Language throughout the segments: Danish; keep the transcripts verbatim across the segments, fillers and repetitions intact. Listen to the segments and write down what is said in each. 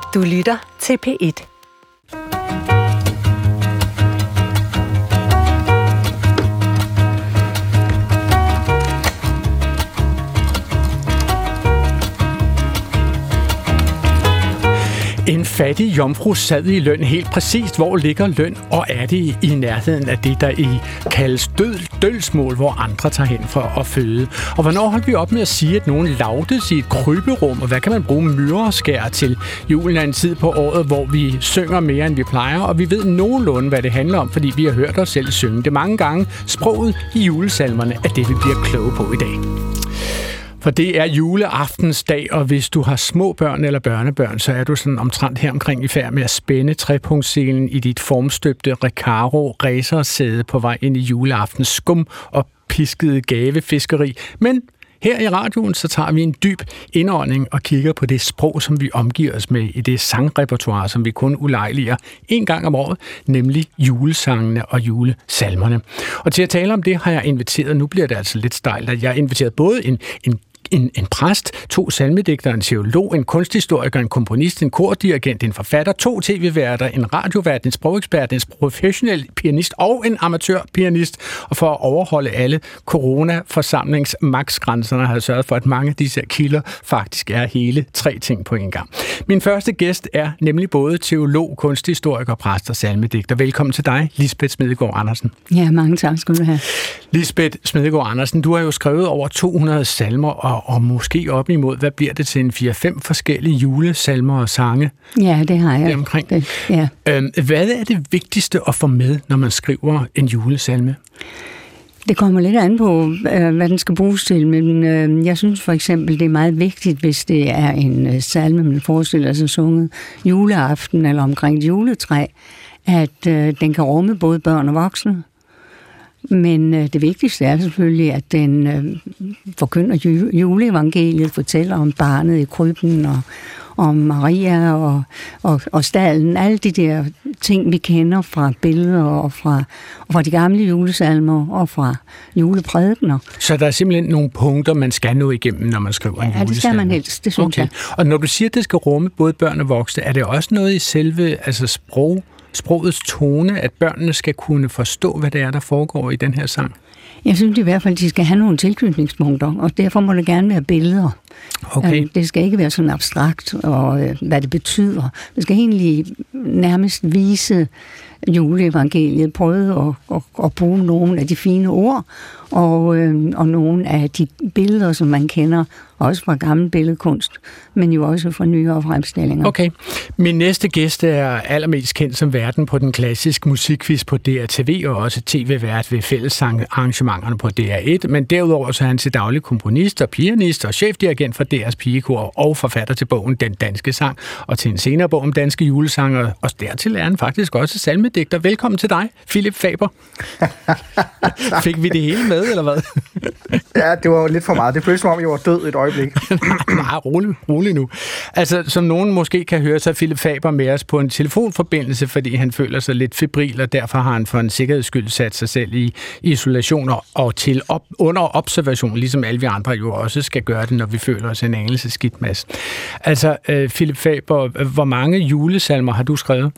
Du lytter til P et. En fattig jomfru sad i løn. Helt præcist, hvor ligger løn, og er det i nærheden af det, der i kaldes død, dølsmål, hvor andre tager hen for at føde? Og hvornår holdt vi op med at sige, at nogen lavtes i et kryberum, og hvad kan man bruge myreskær til? Julen er en tid på året, hvor vi synger mere, end vi plejer, og vi ved nogenlunde, hvad det handler om, fordi vi har hørt os selv synge det mange gange. Sproget i julesalmerne er det, vi bliver kloge på i dag. For det er juleaftensdag, og hvis du har små børn eller børnebørn, så er du sådan omtrent her omkring i færd med at spænde trepunktsselen i dit formstøbte Recaro racersæde på vej ind i juleaftens skum og piskede gavefiskeri. Men her i radioen, så tager vi en dyb indånding og kigger på det sprog, som vi omgiver os med i det sangrepertoire, som vi kun ulejliger en gang om året, nemlig julesangene og julesalmerne. Og til at tale om det har jeg inviteret, nu bliver det altså lidt stejlt, at jeg har inviteret både en, en En, en præst, to salmedigtere, en teolog, en kunsthistoriker, en komponist, en kordirigent, en forfatter, to tv-værter, en radiovært, en sprogekspert, en professionel pianist og en amatørpianist. Og for at overholde alle corona-forsamlingsmaksgrænserne har jeg sørget for, at mange af disse kilder faktisk er hele tre ting på en gang. Min første gæst er nemlig både teolog, kunsthistoriker, præst og salmedigter. Velkommen til dig, Lisbeth Smedegaard Andersen. Ja, mange tak skal du have. Lisbeth Smedegaard Andersen, du har jo skrevet over to hundrede salmer og og måske op imod, hvad bliver det til en fire fem forskellige julesalmer og sange? Ja, det har jeg. Omkring. Det, ja. Øhm, hvad er det vigtigste at få med, når man skriver en julesalme? Det kommer lidt an på, hvad den skal bruges til, men øh, jeg synes for eksempel, det er meget vigtigt, hvis det er en øh, salme, man forestiller sig sunget juleaften eller omkring et juletræ, at øh, den kan rumme både børn og voksne. Men øh, det vigtigste er selvfølgelig, at den øh, forkynder juleevangeliet, fortæller om barnet i krybben og om Maria og, og, og stalden. Alle de der ting, vi kender fra billeder og fra, og fra de gamle julesalmer og fra juleprædikener. Så der er simpelthen nogle punkter, man skal nå igennem, når man skriver en julesalme? Ja, det skal man helst, det synes okay. jeg. Og når du siger, at det skal rumme både børn og voksne, er det også noget i selve altså sprog? sprogets tone, at børnene skal kunne forstå, hvad det er, der foregår i den her sang? Jeg synes i hvert fald, at de skal have nogle tilknytningspunkter, og derfor må det gerne være billeder. Okay. Det skal ikke være sådan abstrakt, og hvad det betyder. Det skal egentlig nærmest vise juleevangeliet, prøve at, at, at bruge nogle af de fine ord, og, øh, og nogle af de billeder, som man kender, også fra gammel billedkunst, men jo også fra nyere fremstillinger. Okay. Min næste gæst er allermest kendt som værten på den klassiske musikquiz på D R T V, og også tv-vært ved fællessangarrangementerne på D R et, men derudover så er han til daglig komponist og pianist og chefdirigent for D R's Pigekor og forfatter til bogen Den Danske Sang, og til en senere bog om danske julesanger, og dertil er han faktisk også salmedigter. Velkommen til dig, Philip Faber. Fik vi det hele med, eller hvad? Ja, det var lidt for meget. Det føltes som om, jeg var død et øjeblik. Nej, rolig, rolig nu. Altså, som nogen måske kan høre, så er Philip Faber med os på en telefonforbindelse, fordi han føler sig lidt febril, og derfor har han for en sikkerheds skyld sat sig selv i isolation og til op, under observation, ligesom alle vi andre jo også skal gøre det, når vi føler os en anelse skidt masse. Altså, uh, Philip Faber, hvor mange julesalmer har du skrevet?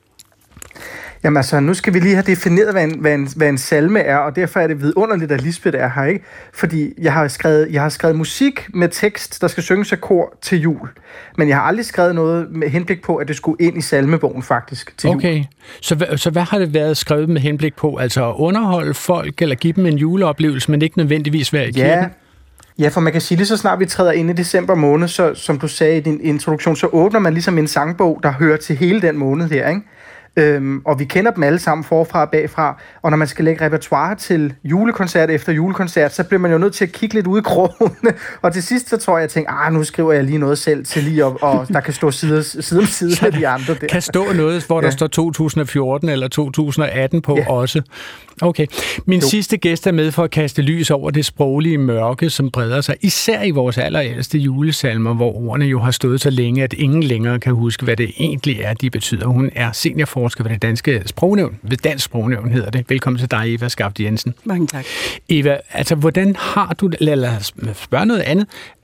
Jamen altså, nu skal vi lige have defineret, hvad en, hvad en, hvad en salme er, og derfor er det vidunderligt, at Lisbeth er her, ikke? Fordi jeg har, skrevet, jeg har skrevet musik med tekst, der skal synges af kor til jul. Men jeg har aldrig skrevet noget med henblik på, at det skulle ind i salmebogen faktisk til okay. jul. Så, så hvad har det været skrevet med henblik på? Altså at underholde folk, eller give dem en juleoplevelse, men ikke nødvendigvis være i kirken? Ja. Ja, for man kan sige, lige så snart vi træder ind i december måned, så som du sagde i din introduktion, så åbner man ligesom en sangbog, der hører til hele den måned her, ikke? Øhm, og vi kender dem alle sammen forfra og bagfra, og når man skal lægge repertoire til julekoncert efter julekoncert, så bliver man jo nødt til at kigge lidt ud i krogene, og til sidst så tror jeg, at jeg tænker, ah, nu skriver jeg lige noget selv til lige, og, og der kan stå side, side om side med de andre der. Kan stå noget, hvor ja. der står to tusind og fjorten eller to tusind og atten på ja. også. Okay. Min jo. sidste gæst er med for at kaste lys over det sproglige mørke, som breder sig, især i vores allerældste julesalmer, hvor ordene jo har stået så længe, at ingen længere kan huske, hvad det egentlig er, de betyder. Hun er seniorforsker ved det danske sprognævn. Ved Dansk Sprognævn hedder det. Velkommen til dig, Eva Skafte Jensen. Mange tak. Eva, altså hvordan har du, eller lad os spørge noget andet,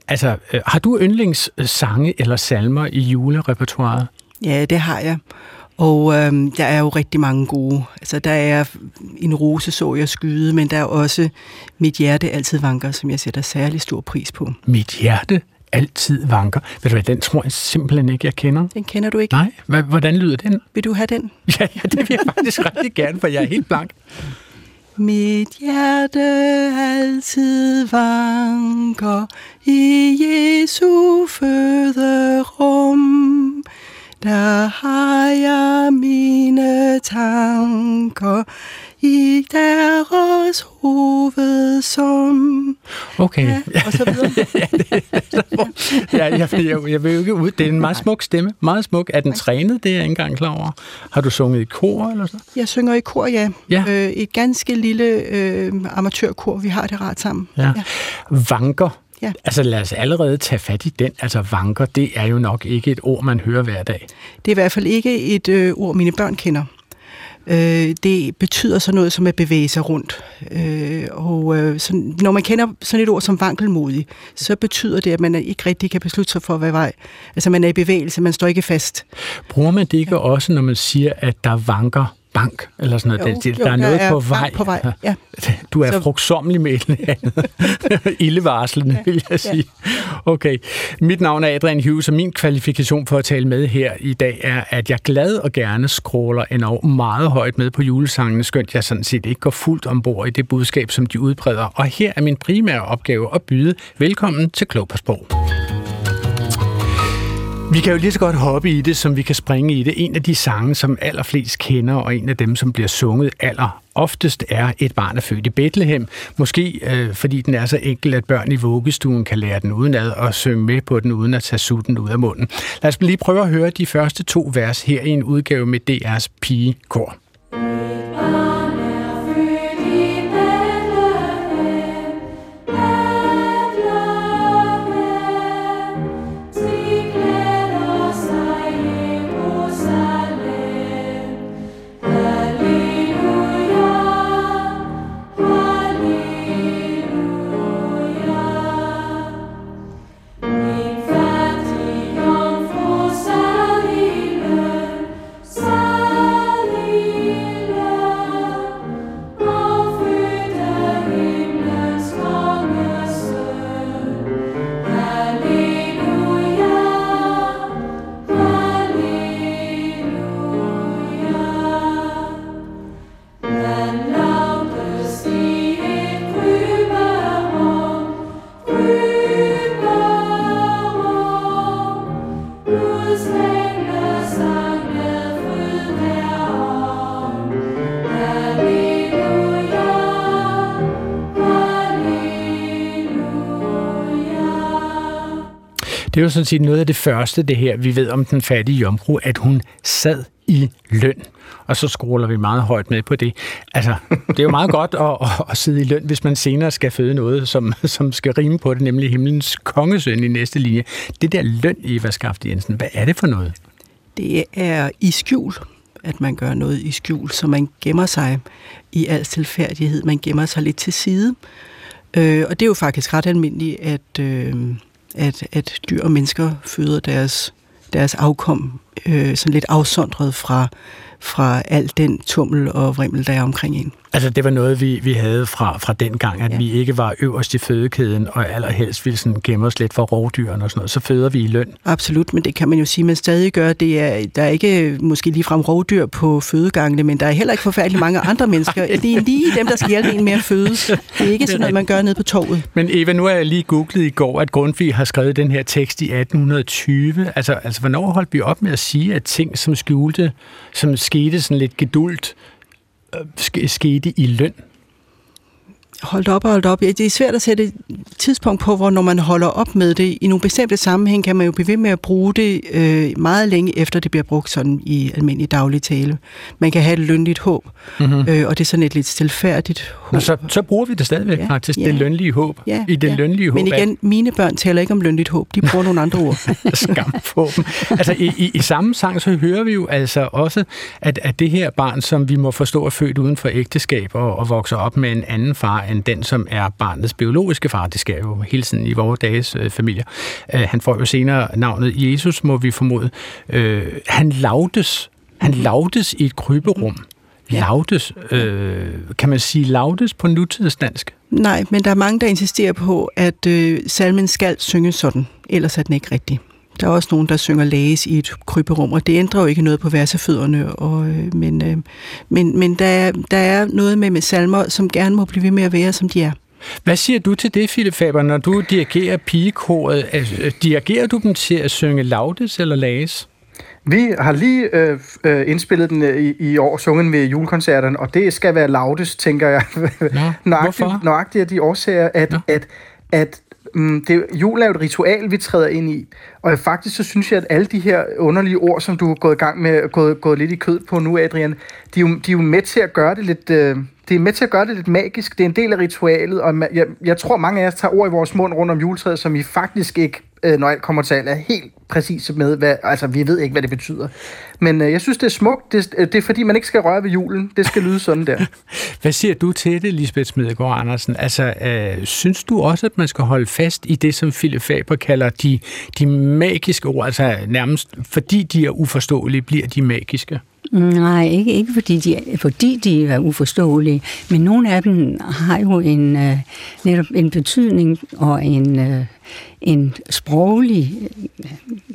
Altså, øh, har du yndlingssange eller salmer i julerepertoiret? Ja, det har jeg. Og øh, der er jo rigtig mange gode. Altså, der er En rose så jeg skyde, men der er også Mit hjerte altid vanker, som jeg sætter særlig stor pris på. Mit hjerte altid vanker. Ved du hvad, den tror jeg simpelthen ikke, jeg kender. Den kender du ikke? Nej, hvordan lyder den? Vil du have den? Ja, ja, det vil jeg faktisk rigtig gerne, for jeg er helt blank. Mit hjerte altid vanker i Jesu føderum. Der har jeg mine tanker i deres hovedsum. Okay. Ja, og så videre. ja, det, ja, jeg, jeg, jeg vil jo ikke ud. Det er en meget smuk stemme. Meget smuk. Er den trænet? Det er jeg ikke engang klar over. Har du sunget i kor eller sådan? Jeg synger i kor, ja. ja. Øh, et ganske lille øh, amatørkor. Vi har det ret sammen. Ja. Ja. Vanker. Ja. Altså lad os allerede tage fat i den. Altså vanker, det er jo nok ikke et ord, man hører hver dag. Det er i hvert fald ikke et øh, ord, mine børn kender. Øh, det betyder så noget som at bevæge sig rundt. Øh, og øh, så, når man kender sådan et ord som vankelmodig, så betyder det, at man ikke rigtig kan beslutte sig for, hvad vej. Altså man er i bevægelse, man står ikke fast. Bruger man det ikke ja. også, når man siger, at der vanker bank, eller sådan noget? Jo, der, jo, der er noget der er på vej. på vej. Ja. Du er så... frugtsommelig med et ildevarslende, vil jeg sige. Okay. Mit navn er Adrian Hughes, og min kvalifikation for at tale med her i dag er, at jeg glad og gerne scroller endnu meget højt med på julesangene, skønt jeg sådan set ikke går fuldt ombord i det budskab, som de udbreder. Og her er min primære opgave at byde velkommen til Klog på Sprog. Vi kan jo lige så godt hoppe i det, som vi kan springe i det. En af de sange, som allerflest kender, og en af dem, som bliver sunget aller oftest, er Et barn er født i Bethlehem. Måske øh, fordi den er så enkel, at børn i vuggestuen kan lære den udenad og synge med på den, uden at tage sutten ud af munden. Lad os lige prøve at høre de første to vers her i en udgave med D R's pigekor. Det er jo sådan set noget af det første, det her, vi ved om den fattige jomfru, at hun sad i løn. Og så scroller vi meget højt med på det. Altså, det er jo meget godt at, at, at sidde i løn, hvis man senere skal føde noget, som, som skal rime på det, nemlig himlens kongesøn i næste linje. Det der løn, Eva Skafte Jensen, hvad er det for noget? Det er i skjul, at man gør noget i skjul, så man gemmer sig i al stilfærdighed. Man gemmer sig lidt til side. Øh, og det er jo faktisk ret almindeligt, at... Øh, At, at dyr og mennesker føder deres, deres afkom øh, sådan lidt afsondret fra, fra al den tummel og vrimmel, der er omkring en. Altså det var noget, vi, vi havde fra, fra den gang, at ja. vi ikke var øverst i fødekæden, og allerhelst ville sådan gemme os lidt for rovdyrene og sådan noget. Så føder vi i løn. Absolut, men det kan man jo sige, man stadig gør. Det er, der er ikke måske ligefrem rovdyr på fødegangene, men der er heller ikke forfærdeligt mange andre mennesker. Det er lige dem, der skal hjælpe en med at fødes. Det er ikke sådan noget, man gør nede på torvet. Men Eva, nu har jeg lige googlet i går, at Grundtvig har skrevet den her tekst i atten tyve. Altså, altså hvornår holdt vi op med at sige, at ting, som skjulte, som skete sådan lidt gedulgt, skete i løn? Hold op og hold op. Ja, det er svært at sætte et tidspunkt på, hvor når man holder op med det. I nogle bestemte sammenhæng kan man jo blive ved med at bruge det øh, meget længe efter det bliver brugt sådan i almindelig daglig tale. Man kan have et lønligt håb, mm-hmm. øh, og det er sådan et lidt stilfærdigt håb. Nå, så, så bruger vi det stadigvæk ja, faktisk, ja. det lønlige håb. Ja, I det ja. lønlige håb. Men igen, mine børn taler ikke om lønligt håb. De bruger nogle andre ord. Skam på dem. Altså i, i, i samme sang, så hører vi jo altså også, at, at det her barn, som vi må forstå er født uden for ægteskab og, og vokser op med en anden far end den, som er barnets biologiske far. Det sker jo hele tiden i vores dages øh, familier. Øh, han får jo senere navnet Jesus, må vi formode. Øh, han lavdes. Han lavdes i et kryberum. Ja. Lavdes. Øh, kan man sige lavdes på nutidsdansk? Nej, men der er mange, der insisterer på, at øh, salmen skal synge sådan. Ellers er den ikke rigtig. Der er også nogen, der synger læges i et kryberum, og det ændrer jo ikke noget på versefødderne. Og, øh, men øh, men, men der, er, der er noget med, med salmer, som gerne må blive ved med at være, som de er. Hvad siger du til det, Philip Faber, når du dirigerer pigekoret? Altså, dirigerer du dem til at synge laudes eller læges? Vi har lige øh, øh, indspillet den i, i år, sunget ved julekoncerterne, og det skal være laudes, tænker jeg. Nå, nøjagtigt, nøjagtigt af de årsager, at, at, at, at mm, det, jul er et ritual, vi træder ind i. Og faktisk så synes jeg, at alle de her underlige ord, som du har gået i gang med, gået, gået lidt i kød på nu, Adrian, de er jo, de er jo med til at gøre det lidt... Øh, Det er med til at gøre det lidt magisk. Det er en del af ritualet, og jeg, jeg tror, mange af os tager ord i vores mund rundt om juletræet, som I faktisk ikke, når alt kommer til alt, er helt præcise med, hvad, altså vi ved ikke, hvad det betyder. Men øh, jeg synes, det er smukt. Det, det er fordi, man ikke skal røre ved julen. Det skal lyde sådan der. Hvad siger du til det, Lisbeth Smedegaard Andersen? Altså, øh, synes du også, at man skal holde fast i det, som Philip Faber kalder de, de magiske ord? Altså nærmest, fordi de er uforståelige, bliver de magiske? Nej, ikke, ikke fordi, de, fordi de er uforståelige, men nogle af dem har jo en, øh, netop en betydning og en, øh, en sproglig øh,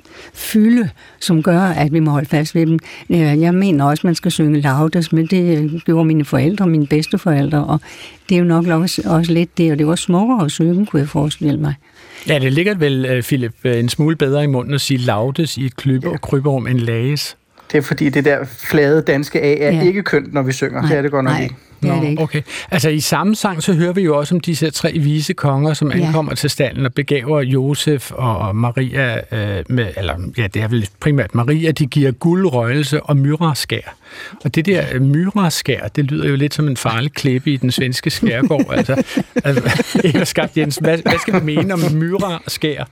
fylde, som gør, at vi må holde fast ved dem. Jeg mener også, at man skal synge laudes, men det gjorde mine forældre, mine bedsteforældre, og det er jo nok også, også lidt det, og det var smukkere at synge, kunne jeg forestille mig. Ja, det ligger vel, Philip, en smule bedre i munden at sige laudes i et kryberum end læges. Det er fordi, det der flade danske A er ja. ikke kønt, når vi synger. Nej, det er det godt nok ikke. Det er det ikke. Okay. Altså i samme sang, så hører vi jo også om disse tre vise konger, som ankommer ja. til stallen og begaver Josef og Maria, øh, med, eller ja, det er vel primært Maria, de giver guld, røgelse og myraskær. Og det der myraskær, det lyder jo lidt som en farlig klippe i den svenske skærgård. altså, altså Eva Skaft Jensen, hvad, hvad skal vi mene om myraskær?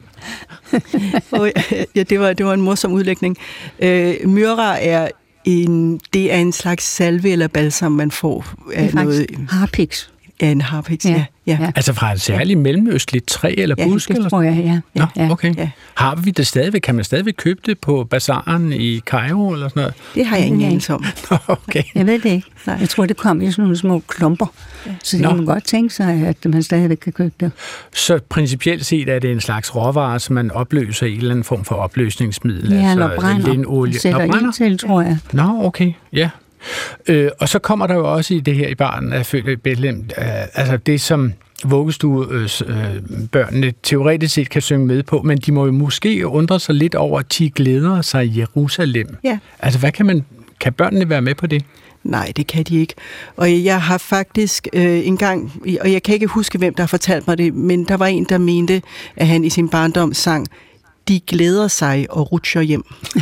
ja, det var, det var en morsom udlægning. Øh, myra er En, det er en slags salve eller balsam, man får af det er noget... harpiks. Ja, en harpiks, ja. ja. ja. Altså fra et særligt ja. mellemøstligt træ eller busk? Ja, det eller tror jeg, ja. Nå, ja. okay. Ja. Har vi det stadigvæk? Kan man stadigvæk købe det på bazaren i Cairo eller sådan noget? Det har jeg ingen anelse om. Okay. Jeg ved det ikke. Nej. Jeg tror, det kom i sådan nogle små klumper. Ja. Så det kan man godt tænke sig, at man stadigvæk kan købe det. Så principielt set er det en slags råvare, som man opløser i en eller anden form for opløsningsmiddel? Ja, altså når brænder. Linolie. Sætter ind til, tror jeg. Nå, okay. Ja. Øh, og så kommer der jo også i det her i barnen af født i Bethlehem, øh, altså det som vuggestuebørnene øh, teoretisk set kan synge med på, men de må jo måske undre sig lidt over, at de glæder sig i Jerusalem. Ja. Altså hvad kan man, kan børnene være med på det? Nej, det kan de ikke. Og jeg har faktisk øh, engang, og jeg kan ikke huske, hvem der har fortalt mig det, men der var en, der mente, at han i sin barndom sang, de glæder sig og rutscher hjem.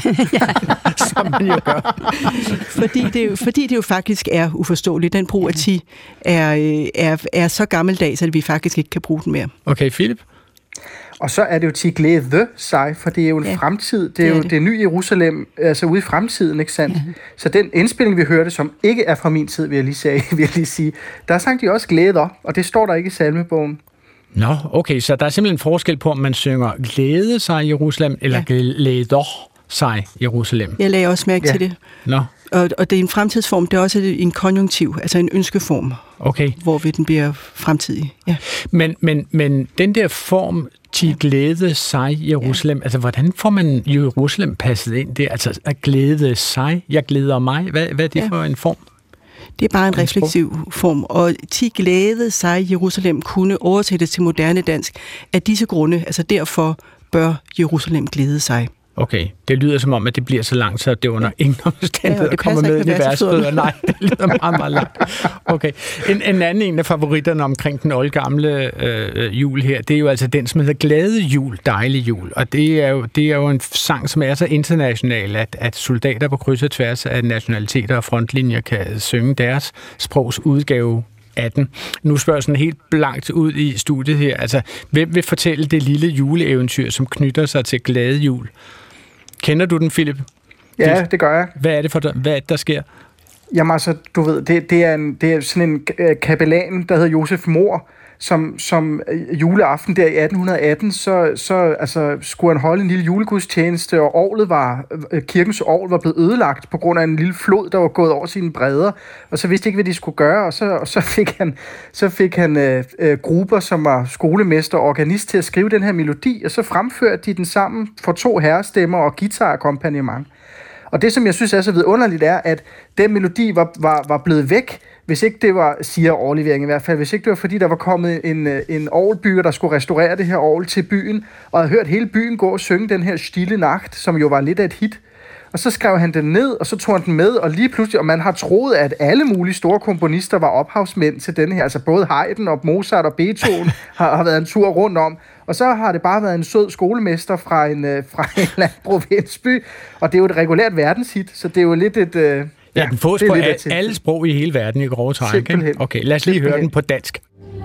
Som man jo gør. fordi, det jo, fordi det jo faktisk er uforståeligt. Den brug af ti er, er, er så gammeldags, at vi faktisk ikke kan bruge den mere. Okay, Philip? Og så er det jo til glæde sig, for det er jo en ja, fremtid. Det er, det er jo det. det nye Jerusalem, altså ude i fremtiden, ikke sandt? Ja. Så den indspilning, vi hørte, som ikke er fra min tid, vil jeg lige sige, vil jeg lige sige der sang de også glæder, og det står der ikke i salmebogen. Nå, okay, så der er simpelthen forskel på, om man synger glæde sig i Jerusalem, eller ja. glæder sig i Jerusalem. Jeg lagde også mærke ja. til det. Nå. Og, og det er en fremtidsform, det er også en konjunktiv, altså en ønskeform, okay. hvor den bliver fremtidig. Ja. Men, men, men den der form, til glæde sig i Jerusalem, ja. altså hvordan får man Jerusalem passet ind der? Altså at glæde sig, jeg glæder mig, hvad, hvad er det ja. for en form? Det er bare en refleksiv form, og til glæde sig i Jerusalem kunne oversættes til moderne dansk af disse grunde, altså derfor bør Jerusalem glæde sig. Okay, det lyder som om, at det bliver så langt, så det under ingen omstændighed ja, kommer med i versfødder. Nej, det lyder meget, meget langt. Okay. En, en anden en af favoritterne omkring den oldgamle øh, jul her, det er jo altså den, som hedder Glade Jul, Dejlig Jul. Og det er, jo, det er jo en sang, som er så international, at, at soldater på kryds og tværs af nationaliteter og frontlinjer kan synge deres sprogs udgave af den. Nu spørger jeg sådan helt blankt ud i studiet her. Altså, hvem vil fortælle det lille juleeventyr, som knytter sig til Glade Jul? Kender du den, Philip? Ja, det gør jeg. Hvad er det, for, hvad er det der sker? Jamen altså, du ved, det, det, er, en, det er sådan en kapellan, der hedder Josef Mohr, som, som juleaften der i atten atten, så, så altså, skulle han holde en lille julegudstjeneste, og orglet var, kirkens orgel var blevet ødelagt på grund af en lille flod, der var gået over sine bredder, og så vidste de ikke, hvad de skulle gøre, og så, og så fik han, så fik han øh, øh, grupper, som var skolemester og organist til at skrive den her melodi, og så fremførte de den sammen for to herrestemmer og guitarakkompagnement. Og det, som jeg synes er så vidunderligt, er, at den melodi var, var, var blevet væk, hvis ikke det var, siger overleveringen i hvert fald, hvis ikke det var, fordi der var kommet en, en orgelbygger, der skulle restaurere det her orgel til byen, og havde hørt hele byen gå og synge den her Stille Nacht, som jo var lidt af et hit. Og så skrev han den ned, og så tog han den med, og lige pludselig, og man har troet, at alle mulige store komponister var ophavsmænd til den her, altså både Haydn og Mozart og Beethoven har, har været en tur rundt om, og så har det bare været en sød skolemester fra en, fra en eller anden provinsby, og det er jo et regulært verdenshit, så det er jo lidt et... Ja, ja den fås på al, alle sprog i hele verden i grove træk. Okay, lad os lige høre den på dansk.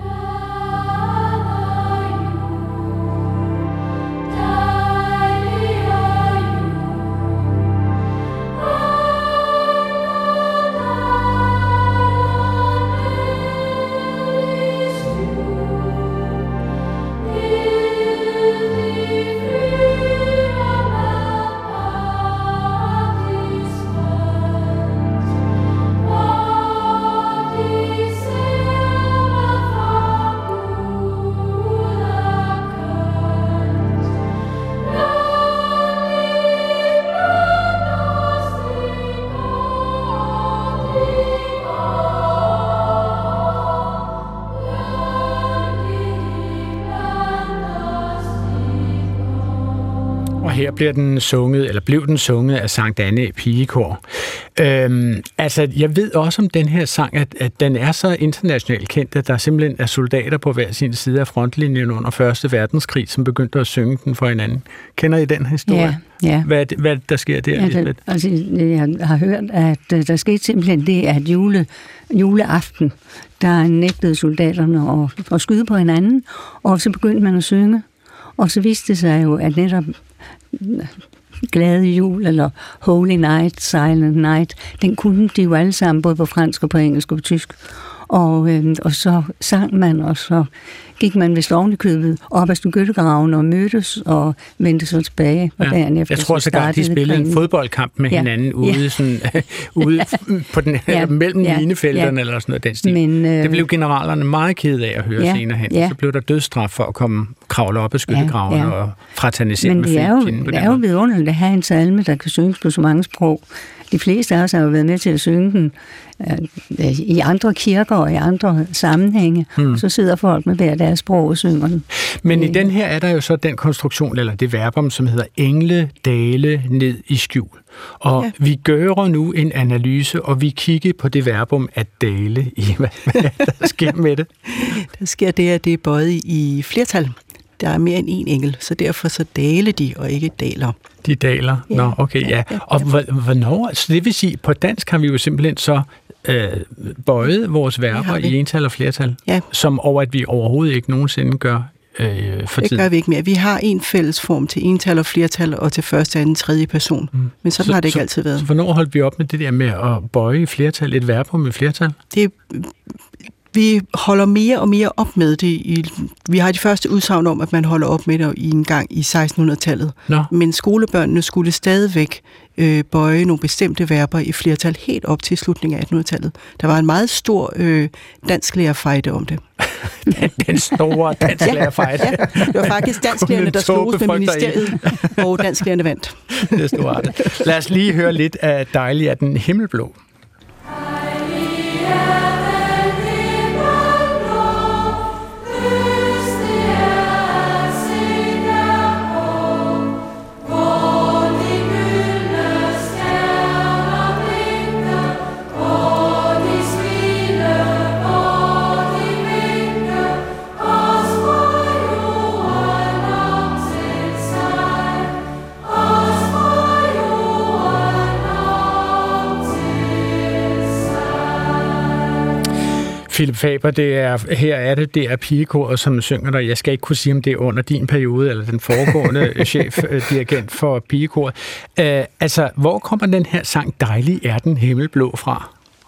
Her bliver den sunget, eller blev den sunget af Sankt Anne Pigekor. Øhm, altså, jeg ved også om den her sang, at, at den er så internationalt kendt, at der simpelthen er soldater på hver sin side af frontlinjen under første verdenskrig, som begyndte at synge den for hinanden. Kender I den historie? Ja, ja. Hvad, hvad der sker der? Ja, det, altså, jeg har hørt, at der skete simpelthen det, at jule, juleaften, der nægtede soldaterne at, at skyde på hinanden, og så begyndte man at synge. Og så viste det sig jo, at netop Glade Jul, eller Holy Night, Silent Night, den kunne de jo alle sammen, både på fransk og på engelsk og på tysk. Og, øh, og så sang man, og så gik man vist oven i købet op ad skyttegraven og mødtes og vendte så tilbage. Og ja. Jeg tror så godt, de spillede krigen. En fodboldkamp med ja. hinanden ude, ja. sådan, ude på den, ja. mellem ja. minefelterne ja. eller sådan noget den stil. Men, øh, det blev generalerne meget kede af at høre ja. senere hen. Ja. Så blev der dødsstraf for at komme kravle op ad skyttegraven ja. Ja. og fratage selv med fjenden. Men det er jo vidunderligt at have en salme, der kan synges på så mange sprog. De fleste af os har jo været med til at synge den øh, i andre kirker og i andre sammenhænge. Hmm. Så sidder folk med hver deres sprog og synger den. Men i den her er der jo så den konstruktion, eller det verbum, som hedder engle, dale, ned i skjul. Og ja. vi gør nu en analyse, og vi kigger på det verbum at dale i. Hvad, hvad der sker med det? Der sker det, at det er bøjet i flertal. Der er mere end en engel, så derfor så daler de, og ikke daler. De daler? Ja. Nå, okay, ja. ja, ja. Og hvornår? Så det vil sige, på dansk har vi jo simpelthen så øh, bøjet vores verber i ental og flertal, ja. som over at vi overhovedet ikke nogensinde gør øh, for tiden. Det gør vi ikke mere. Vi har en fælles form til ental og flertal, og til første, anden, tredje person. Mm. Men sådan så, har det ikke så, altid været. Så hvornår holdt vi op med det der med at bøje i flertal, et verbum med flertal? Det Vi holder mere og mere op med det. I, vi har de første udsagn om, at man holder op med det i en gang i sekstenhundredetallet. Nå. Men skolebørnene skulle stadigvæk øh, bøje nogle bestemte verber i flertal helt op til slutningen af attenhundredetallet. Der var en meget stor øh, dansklærerfejde om det. Den store dansklærerfejde. Ja, ja. Det var faktisk dansklærerne, der sloges med ministeriet, og dansklærerne vandt. Det er stort. Lad os lige høre lidt af Dejlig er den himmelblå. Philip Faber, det er, her er det, det er pigekoret, som synger der. Jeg skal ikke kunne sige, om det er under din periode, eller den foregående chefdirigent for pigekoret. Uh, altså, hvor kommer den her sang Dejlig er den himmelblå fra?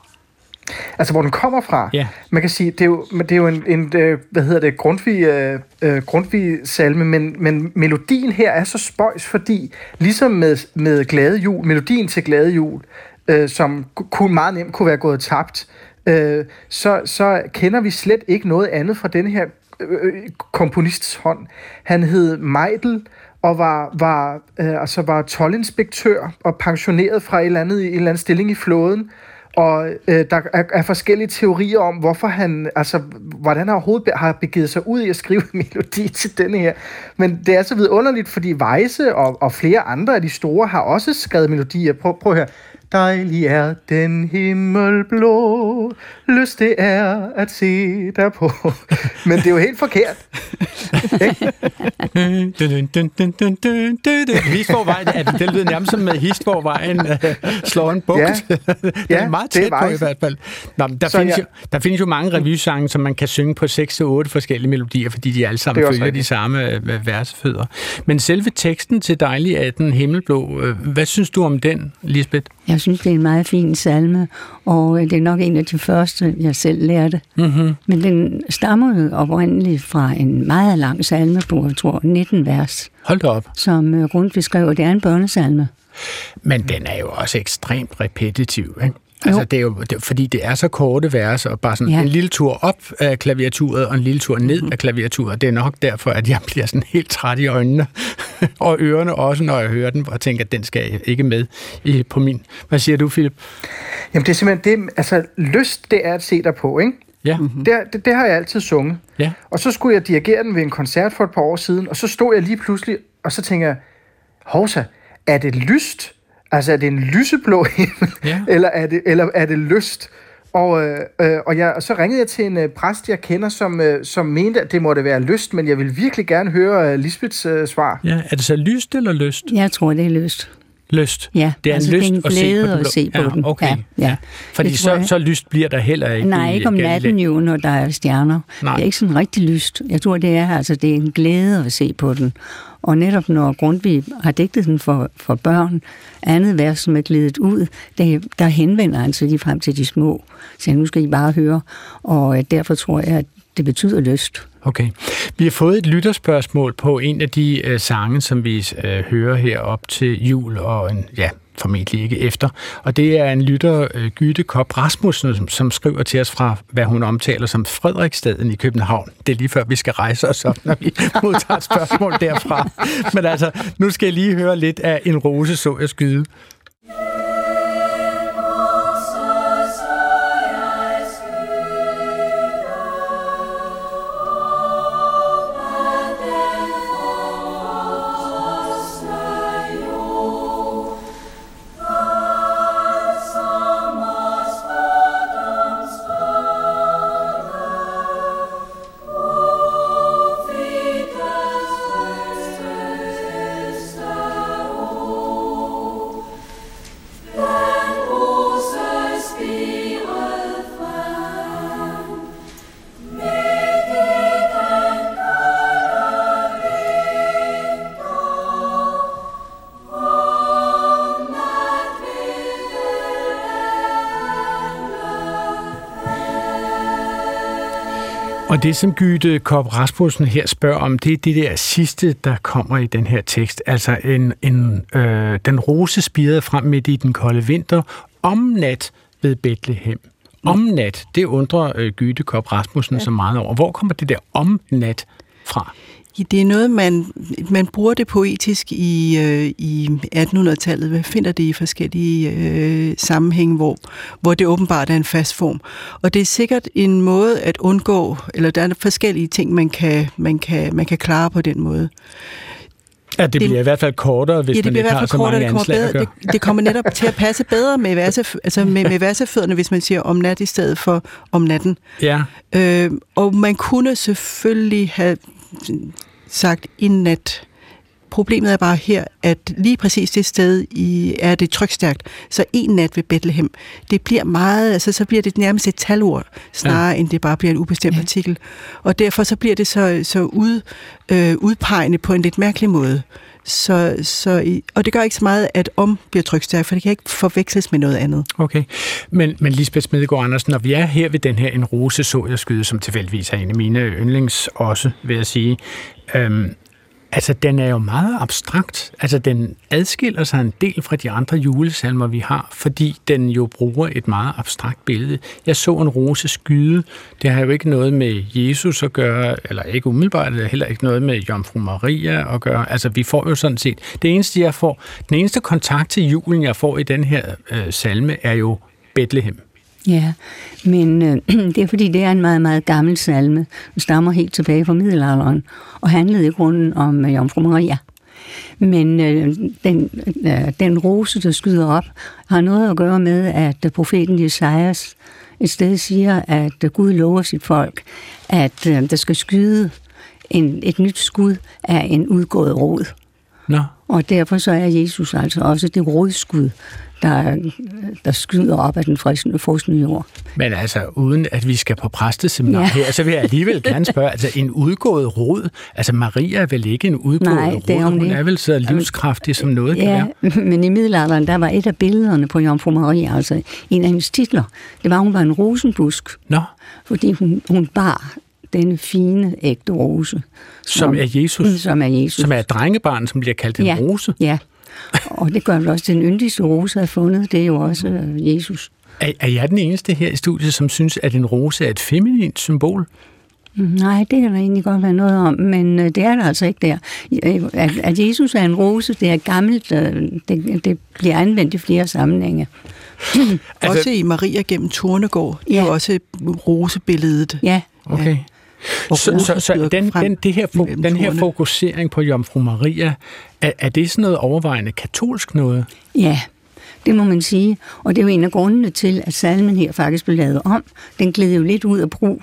Altså, hvor den kommer fra. Ja. Man kan sige, det er jo, det er jo en, en, hvad hedder det, Grundtvig, øh, Grundtvig-salme, men, men melodien her er så spøjs, fordi ligesom med, med Glade Jul, melodien til Glade Jul, øh, som kunne, meget nemt kunne være gået tabt, øh, så, så kender vi slet ikke noget andet fra denne her øh, komponists hånd. Han hed Meidel, og var, var, øh, altså var toldinspektør og pensioneret fra et eller andet, en eller anden stilling i flåden. Og øh, der er, er forskellige teorier om, hvorfor han, altså, hvordan han overhovedet har begivet sig ud i at skrive melodi til denne her. Men det er så vidunderligt, fordi Weisse og, og flere andre af de store har også skrevet melodier. Prøv, prøv at høre. Dejlig er den himmel blå, lyst det er at se derpå. Men det er jo helt forkert. Histborgvejen, det, det lyder nærmest som Histborgvejen slår en bugt. Ja, det er ja, meget tæt på i hvert fald. Nå, der, så, findes ja. jo, der findes jo mange revysange, som man kan synge på seks til otte forskellige melodier, fordi de alle sammen følger de samme versefødder. Men selve teksten til Dejlig er den himmelblå, hvad synes du om den, Lisbeth? Jeg synes, det er en meget fin salme, og det er nok en af de første, jeg selv lærte. Mm-hmm. Men den stammer jo oprindeligt fra en meget lang salme på, jeg tror, nitten vers. Hold da op. Som Grundtvig skrev, og det er en børnesalme. Men den er jo også ekstremt repetitiv, ikke? Altså, det er jo, det, fordi det er så korte vers, og bare sådan ja. en lille tur op af klaviaturet, og en lille tur ned mm-hmm. af klaviaturet. Det er nok derfor, at jeg bliver sådan helt træt i øjnene, og ørerne også, når jeg hører den, og tænker, at den skal jeg ikke med i, på min. Hvad siger du, Philip? Jamen, det er simpelthen, det, altså, lyst, det er at se dig på, ikke? Ja. Mm-hmm. Det, det, det har jeg altid sunget. Ja. Og så skulle jeg dirigere den ved en koncert for et par år siden, og så stod jeg lige pludselig, og så tænker jeg, hovsa, er det lyst? Altså, er det en lyseblå himmel, ja. eller, er det, eller er det lyst? Og, øh, og, jeg, og så ringede jeg til en øh, præst, jeg kender, som, øh, som mente, at det måtte være lyst, men jeg vil virkelig gerne høre øh, Lisbeths øh, svar. Ja, er det så lyst eller lyst? Jeg tror, det er lyst. Lyst? Ja, det er altså en lyst det er en glæde at se på den. Ja, okay. Ja, ja. Ja. Fordi så, så lyst bliver der heller ikke. Nej, ikke om natten jo, når der er stjerner. Nej. Det er ikke sådan rigtig lyst. Jeg tror, det er, altså, det er en glæde at se på den. Og netop når Grundtvig har digtet den for, for børn, andet vers, som er glædet ud, der, der henvender han sig lige frem til de små. Så nu skal I bare høre. Og derfor tror jeg, at det betyder lyst. Okay. Vi har fået et lytterspørgsmål på en af de øh, sange, som vi øh, hører her op til jul, og en, ja, formentlig ikke efter. Og det er en lytter, øh, Gytte Kopp Rasmussen, som, som skriver til os fra, hvad hun omtaler som Frederiksstaden i København. Det er lige før, vi skal rejse os op, når vi modtager et spørgsmål derfra. Men altså, nu skal jeg lige høre lidt af En rose så jeg skyde. Og det, som Gytte Kopp Rasmussen her spørger om, det er det der sidste, der kommer i den her tekst. Altså en, en, øh, den rose spirede frem midt i den kolde vinter, om nat ved Bethlehem. Om nat, det undrer øh, Gytte Kopp Rasmussen ja. så meget over. Hvor kommer det der om nat fra? Det er noget, man, man bruger det poetisk i, øh, i attenhundredetallet. Man finder det i forskellige øh, sammenhænge, hvor, hvor det åbenbart er en fast form. Og det er sikkert en måde at undgå, eller der er forskellige ting, man kan, man kan, man kan klare på den måde. Ja, det bliver det, i hvert fald kortere, hvis ja, man ikke har så kortere, mange anslag bedre, det, det kommer netop til at passe bedre med, verse, altså med, med versefødderne, hvis man siger om nat i stedet for om natten. Ja. Øh, og man kunne selvfølgelig have sagt en nat. Problemet er bare her, at lige præcis det sted i, er det trykstærkt, så en nat ved Bethlehem, det bliver meget, altså så bliver det nærmest et talord, snarere ja. end det bare bliver en ubestemt ja. artikel. Og derfor så bliver det så, så ud, øh, udpegende på en lidt mærkelig måde. Så, så, og det gør ikke så meget, at om bliver trykstærk, for det kan ikke forveksles med noget andet. Okay, men, men Lisbeth Smedegaard Andersen, når vi er her ved den her En rose så jeg skyde, som tilfældigvis er en af mine yndlings også, vil jeg sige, øhm, altså, den er jo meget abstrakt. Altså, den adskiller sig en del fra de andre julesalmer, vi har, fordi den jo bruger et meget abstrakt billede. Jeg så en rose skyde. Det har jo ikke noget med Jesus at gøre, eller ikke umiddelbart, eller heller ikke noget med Jomfru Maria at gøre. Altså, vi får jo sådan set... Det eneste, jeg får... Den eneste kontakt til julen, jeg får i den her øh, salme, er jo Bethlehem. Ja, men øh, det er fordi, det er en meget, meget gammel salme. Den stammer helt tilbage fra middelalderen, og handlede i grunden om øh, Jomfru Maria. Men øh, den, øh, den rose, der skyder op, har noget at gøre med, at profeten Jesajas et sted siger, at Gud lover sit folk, at øh, der skal skyde en, et nyt skud af en udgået rod. Nå. Og derfor så er Jesus altså også det rodskud, der, der skyder op af den fristende frosne jord. Men altså, uden at vi skal på præsteseminar ja. her, så vil jeg alligevel gerne spørge, altså en udgået rod, altså Maria er vel ikke en udgået Nej, rod, er hun det. er vel så livskraftig, som noget kan ja, være. Men i middelalderen, der var et af billederne på Jomfru Maria, altså en af hendes titler, det var, at hun var en rosenbusk, Nå. fordi hun, hun bar denne fine, ægte rose. Som, som er Jesus. Som er Jesus. Som er et drengebarn, som bliver kaldt en ja, rose. Ja, og det gør vel også den yndigste rose, jeg har fundet. Det er jo også uh, Jesus. Er, er jeg den eneste her i studiet, som synes, at en rose er et feminint symbol? Nej, det kan der egentlig godt være noget om, men uh, det er der altså ikke der. At, at Jesus er en rose, det er gammelt, uh, det, det bliver anvendt i flere sammenhænge. altså, også i Maria gennem Tornegård, det ja. er jo også rosebilledet. Ja. Okay. Ja. Så, så, så den, den, det her, den her fokusering på Jomfru Maria, er, er det sådan noget overvejende katolsk noget? Ja, det må man sige. Og det er jo en af grundene til, at salmen her faktisk blev lavet om. Den gled jo lidt ud af brug.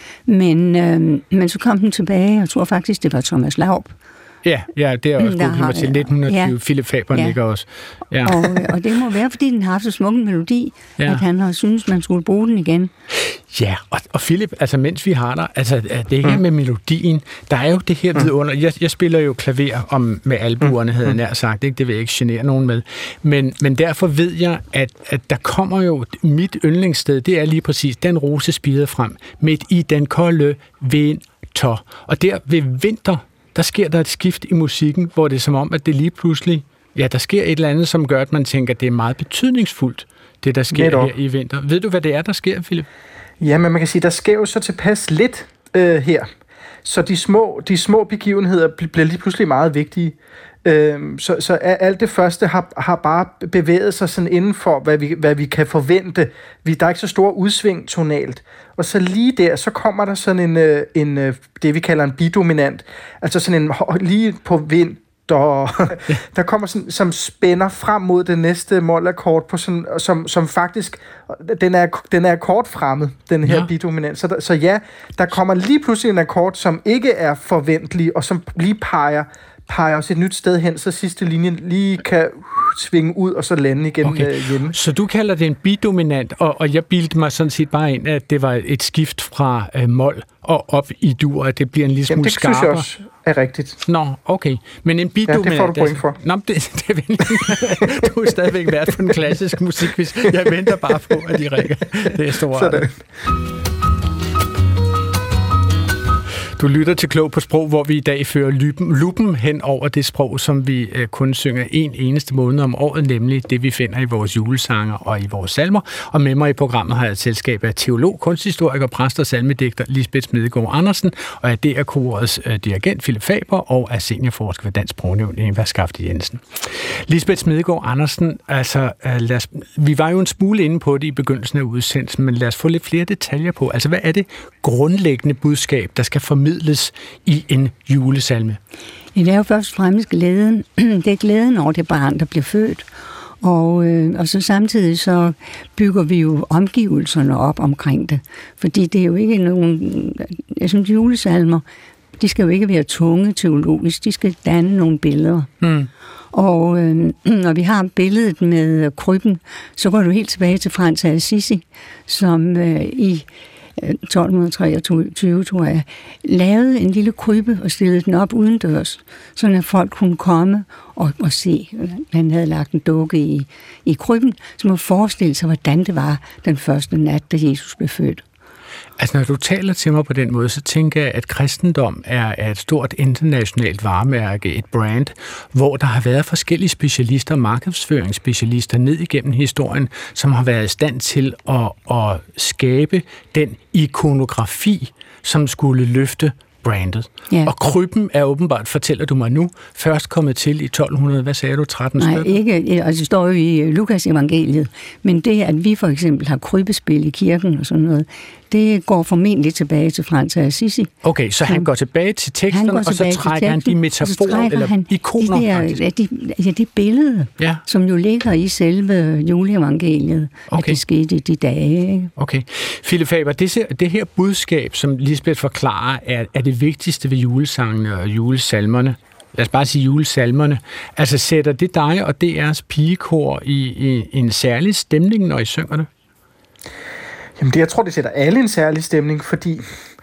Men, øh, men så kom den tilbage, jeg tror faktisk, det var Thomas Laub. Ja, ja, det er også der god har, til nitten tyve. Ja. Philip Faber ja. ligger også. Ja. Og, og det må være, fordi den har haft så smuk en melodi, ja. at han har syntes, man skulle bruge den igen. Ja, og, og Philip, altså mens vi har der, altså det her med melodien, der er jo det her vidunder. Jeg, jeg spiller jo klaver om med albuerne, havde jeg nær sagt, ikke? Det vil jeg ikke genere nogen med. Men, men derfor ved jeg, at, at der kommer jo mit yndlingssted, det er lige præcis den rose spiret frem, midt i den kolde vinter. Og der ved vinter, der sker der et skift i musikken, hvor det er som om, at det lige pludselig, ja, der sker et eller andet, som gør, at man tænker, at det er meget betydningsfuldt, det der sker Netop. her i vinter. Ved du, hvad det er, der sker, Philip? Ja, men man kan sige, der sker jo så tilpas lidt øh, her. Så de små, de små begivenheder bliver lige pludselig meget vigtige. Øh, så, så alt det første har, har bare bevæget sig sådan inden for, hvad vi, hvad vi kan forvente. Vi, der er ikke så stor udsving tonalt. Og så lige der, så kommer der sådan en, en det vi kalder en bidominant, altså sådan en lige på vind, der, der kommer sådan, som spænder frem mod den næste målakkord på sådan, som, som faktisk, den er, den er akkordfremmed, den her ja. bidominant. Så, der, så ja, der kommer lige pludselig en akkord, som ikke er forventelig, og som lige peger, peger os et nyt sted hen, så sidste linje lige kan svinge ud og så lande igen okay. hjemme. Så du kalder det en bidominant, og, og jeg bildte mig sådan set bare ind, at det var et skift fra uh, mol og op i dur, at det bliver en lille smule skarpere. Jamen, det synes jeg også er rigtigt. Nå, okay. Men en bidominant... Ja, det får du point for. Nå, det, det er du er stadigvæk vært på den klassiske musikquiz. Jeg venter bare på, at de rækker. Det er stort. Sådan. Du lytter til Klog på Sprog, hvor vi i dag fører lupen, lupen hen over det sprog, som vi øh, kun synger en eneste måned om året, nemlig det, vi finder i vores julesanger og i vores salmer. Og med mig i programmet har jeg et selskab af teolog, kunsthistoriker, præst og salmedigter Lisbeth Smedegaard Andersen, og af D R Korets øh, dirigent Philip Faber og af seniorforsker ved Dansk Sprognævn Eva Skafte Jensen. Lisbeth Smedegaard Andersen, altså, øh, lad os, vi var jo en smule inde på det i begyndelsen af udsendelsen, men lad os få lidt flere detaljer på. Altså, hvad er det grundlæggende budskab, der skal formidles i en julesalme? Ja, det er jo først og fremmest glæden. Det er glæden over det barn, der bliver født. Og, øh, og så samtidig så bygger vi jo omgivelserne op omkring det. Fordi det er jo ikke nogen... Jeg synes, julesalmer, de skal jo ikke være tunge teologisk. De skal danne nogle billeder. Mm. Og øh, når vi har billedet med krybben, så går du helt tilbage til Frans af Assisi, som øh, i tolv treogtyve, tror jeg, lavede en lille krybbe og stillede den op udendørs, så folk kunne komme og, og se. Han havde lagt en dukke i, i krybben, så man forestille sig, hvordan det var den første nat, da Jesus blev født. Altså, når du taler til mig på den måde, så tænker jeg, at kristendom er, er et stort internationalt varemærke, et brand, hvor der har været forskellige specialister, markedsføringsspecialister ned igennem historien, som har været i stand til at, at skabe den ikonografi, som skulle løfte brandet. Ja. Og krybben er åbenbart, fortæller du mig nu, først kommet til i tolv hundrede, hvad sagde du, tretten Nej, stykker? ikke, altså det står jo i Lukas evangeliet, men det, at vi for eksempel har krybespil i kirken og sådan noget, det går formentlig tilbage til Frans af Assisi. Okay, så han går tilbage til teksterne, og så trækker han de metaforer eller han ikoner de der, faktisk? De, ja, det billede, ja. Som jo ligger i selve juleevangeliet, okay. At det skete i de dage. Ikke? Okay. Philip Faber, det, det her budskab, som Lisbeth forklarer, er, er det vigtigste ved julesangene og julesalmerne. Lad os bare sige julesalmerne. Altså sætter det dig og D R's pigekor i, i en særlig stemning, når I synger det? Jamen det, jeg tror, det sætter alle en særlig stemning, fordi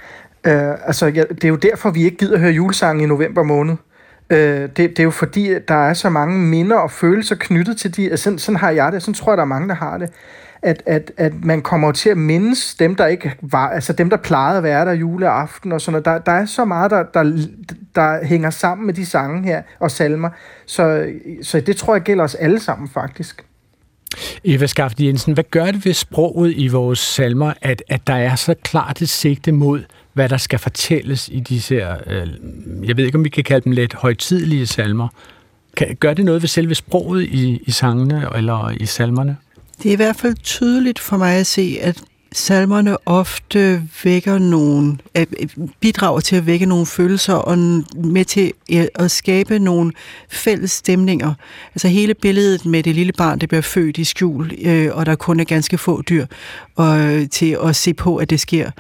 øh, altså, ja, det er jo derfor, vi ikke gider høre julesange i november måned. Øh, det, det er jo fordi, der er så mange minder og følelser knyttet til de, altså, sådan, sådan har jeg det, sådan tror jeg, der er mange, der har det, at, at, at man kommer til at mindes dem, der ikke var, altså dem, der plejede at være der juleaften og sådan noget. Der, der er så meget, der, der, der hænger sammen med de sange her og salmer, så, så det tror jeg gælder os alle sammen faktisk. Eva Skafte Jensen, hvad gør det ved sproget i vores salmer, at, at der er så klart et sigte mod, hvad der skal fortælles i disse her, øh, jeg ved ikke, om vi kan kalde dem lidt højtidelige salmer. Kan, gør det noget ved selve sproget i, i sangene eller i salmerne? Det er i hvert fald tydeligt for mig at se, at salmerne ofte vækker nogle, bidrager til at vække nogle følelser og med til at skabe nogle fælles stemninger. Altså hele billedet med det lille barn, det bliver født i skjul, og der kun er ganske få dyr og, til at se på, at det sker.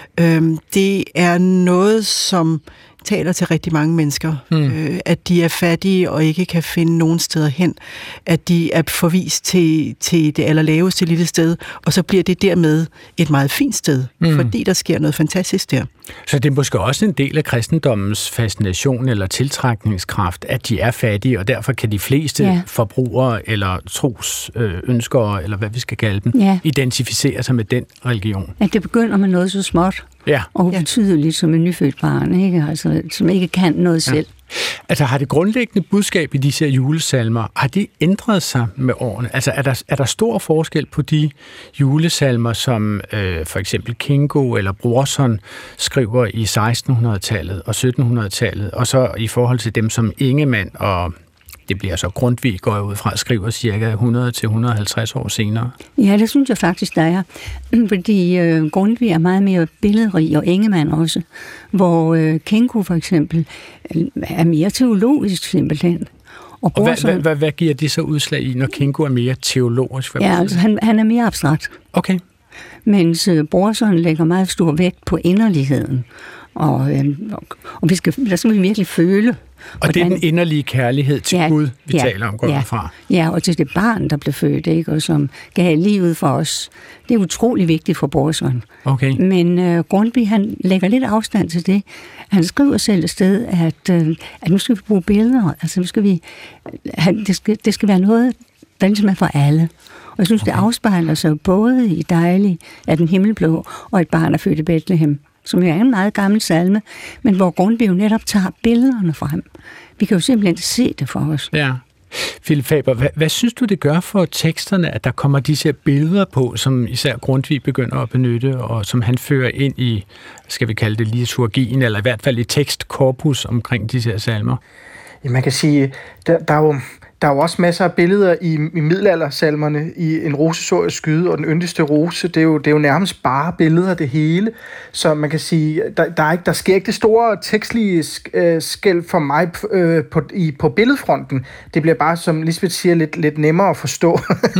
Det er noget, som taler til rigtig mange mennesker. Mm. Øh, at de er fattige og ikke kan finde nogen steder hen. At de er forvist til, til det allerlaveste lille sted, og så bliver det dermed et meget fint sted, mm. fordi der sker noget fantastisk der. Så det er måske også en del af kristendommens fascination eller tiltrækningskraft, at de er fattige, og derfor kan de fleste ja. forbrugere eller trosønskere, eller hvad vi skal kalde dem, ja. identificere sig med den religion. At det begynder med noget så småt. Ja. Og ubetydeligt som en nyfødt barn, ikke? Altså, som ikke kan noget selv. Ja. Altså har det grundlæggende budskab i disse her julesalmer, har det ændret sig med årene? Altså er der, er der stor forskel på de julesalmer, som øh, for eksempel Kingo eller Brorson skriver i sekstenhundredetallet og syttenhundredetallet, og så i forhold til dem, som Ingemann og det bliver så Grundtvig, går jeg ud fra, skriver cirka hundrede til et hundrede og halvtreds år senere. Ja, det synes jeg faktisk, der er. Fordi øh, Grundtvig er meget mere billedrig, og Ingemann også. Hvor øh, Kingo for eksempel er mere teologisk simpelthen. Og, og hvad, hvad, hvad, hvad giver det så udslag i, når Kingo er mere teologisk? Ja, altså han, han er mere abstrakt. Okay. Mens øh, Brorson lægger meget stor vægt på inderligheden. Og, øh, og, og vi skal, der skal vi virkelig føle. Og hvordan, det er den inderlige kærlighed til ja, Gud, vi ja, taler om, går ja, fra. Ja, og til det barn, der blev født, ikke, og som gav livet for os. Det er utrolig vigtigt for Brorson. Okay. Men øh, Grundtvig, han lægger lidt afstand til det. Han skriver selv et sted, at, øh, at nu skal vi bruge billeder. Altså, nu skal vi, han, det, skal, det skal være noget, der ligesom er for alle. Og jeg synes, okay. det afspejler sig både i Dejlig af den himmelblå og et barn, der født i Bethlehem, som jo er en meget gammel salme, men hvor Grundtvig jo netop tager billederne frem. Vi kan jo simpelthen se det for os. Ja. Philip Faber, hvad, hvad synes du, det gør for teksterne, at der kommer disse billeder på, som især Grundtvig begynder at benytte, og som han fører ind i, skal vi kalde det liturgien, eller i hvert fald i tekstkorpus omkring disse her salmer? Ja, man kan sige, der, der er jo... Der er jo også masser af billeder i, i middelaldersalmerne, i En rose så jeg skyde og Den yndigste rose. Det er, jo, det er jo nærmest bare billeder det hele. Så man kan sige, der, der, er ikke, der sker ikke det store tekstlige øh, skel for mig øh, på, i, på billedfronten. Det bliver bare, som Lisbeth siger, lidt, lidt nemmere at forstå, hmm.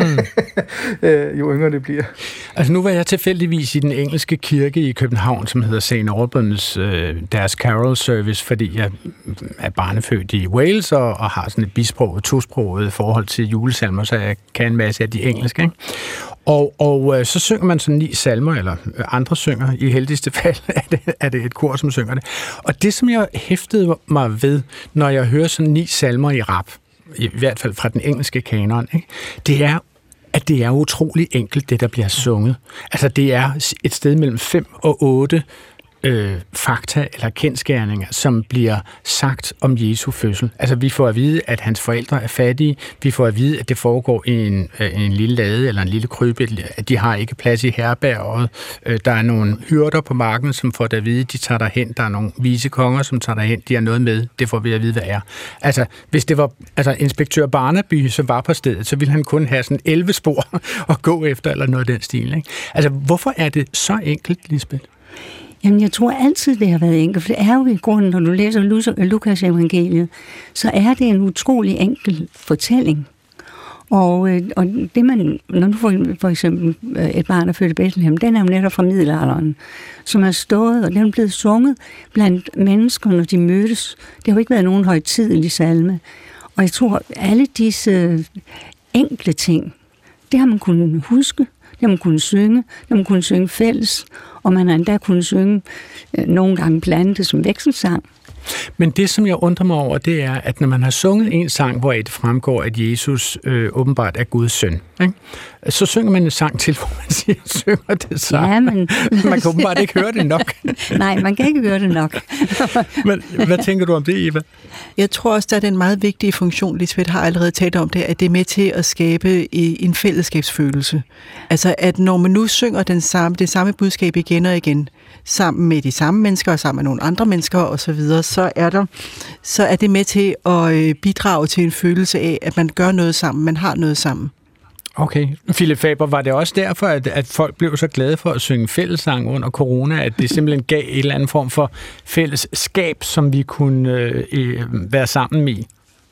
øh, jo yngre det bliver. Altså nu var jeg tilfældigvis i den engelske kirke i København, som hedder Saint Albans, øh, deres carol service, fordi jeg er barnefødt i Wales og, og har sådan et bisproget, tosproget forhold til julesalmer, så jeg kan en masse af de engelske. Ikke? Og, og øh, så synger man sådan ni salmer, eller andre synger, i heldigste fald er det, er det et kor, som synger det. Og det, som jeg hæftede mig ved, når jeg hører sådan ni salmer i rap, i hvert fald fra den engelske kanon, ikke? Det er, at det er utrolig enkelt, det der bliver sunget. Altså, det er et sted mellem fem og otte øh, fakta eller kendsgerninger, som bliver sagt om Jesu fødsel. Altså, vi får at vide, at hans forældre er fattige. Vi får at vide, at det foregår i en, øh, en lille lade eller en lille krybe. At de har ikke plads i herberget. Øh, der er nogle hyrder på marken, som får at vide, de tager derhen. Der er nogle vise konger, som tager derhen. De har noget med. Det får vi at vide, hvad er. Altså, hvis det var altså, inspektør Barnaby, som var på stedet, så ville han kun have sådan elleve spor at gå efter, eller noget af den stil, ikke? Altså, hvorfor er det så enkelt, Lisbeth? Jamen, jeg tror altid, det har været enkelt, for det er jo i grunden, når du læser Lukas evangeliet, så er det en utrolig enkel fortælling. Og, og det man, når du får for eksempel et barn, der født i Bethlehem, den er jo netop fra middelalderen, som er stået, og den er blevet sunget blandt mennesker, når de mødes. Det har jo ikke været nogen højtidelig salme. Og jeg tror, alle disse enkle ting, det har man kunnet huske, det har man kunnet synge, det har man kunnet synge fælles, og man har endda kunnet synge øh, nogle gange blandet som vekselsang. Men det, som jeg undrer mig over, det er, at når man har sunget en sang, hvor det fremgår, at Jesus øh, åbenbart er Guds søn, ikke? Så synger man en sang til, hvor man siger, synger det sang. Ja, men... man kan åbenbart ikke høre det nok. Nej, man kan ikke høre det nok. Men hvad tænker du om det, Eva? Jeg tror også, der er den meget vigtige funktion, Lisbeth har allerede talt om det, at det er med til at skabe en fællesskabsfølelse. Altså, at når man nu synger den samme, det samme budskab igen og igen, sammen med de samme mennesker og sammen med nogle andre mennesker og så videre, så er der, så er det med til at bidrage til en følelse af, at man gør noget sammen, man har noget sammen. Okay. Philip Faber, var det også derfor, at, at folk blev så glade for at synge fællessang under corona, at det simpelthen gav en eller anden form for fællesskab, som vi kunne øh, være sammen i?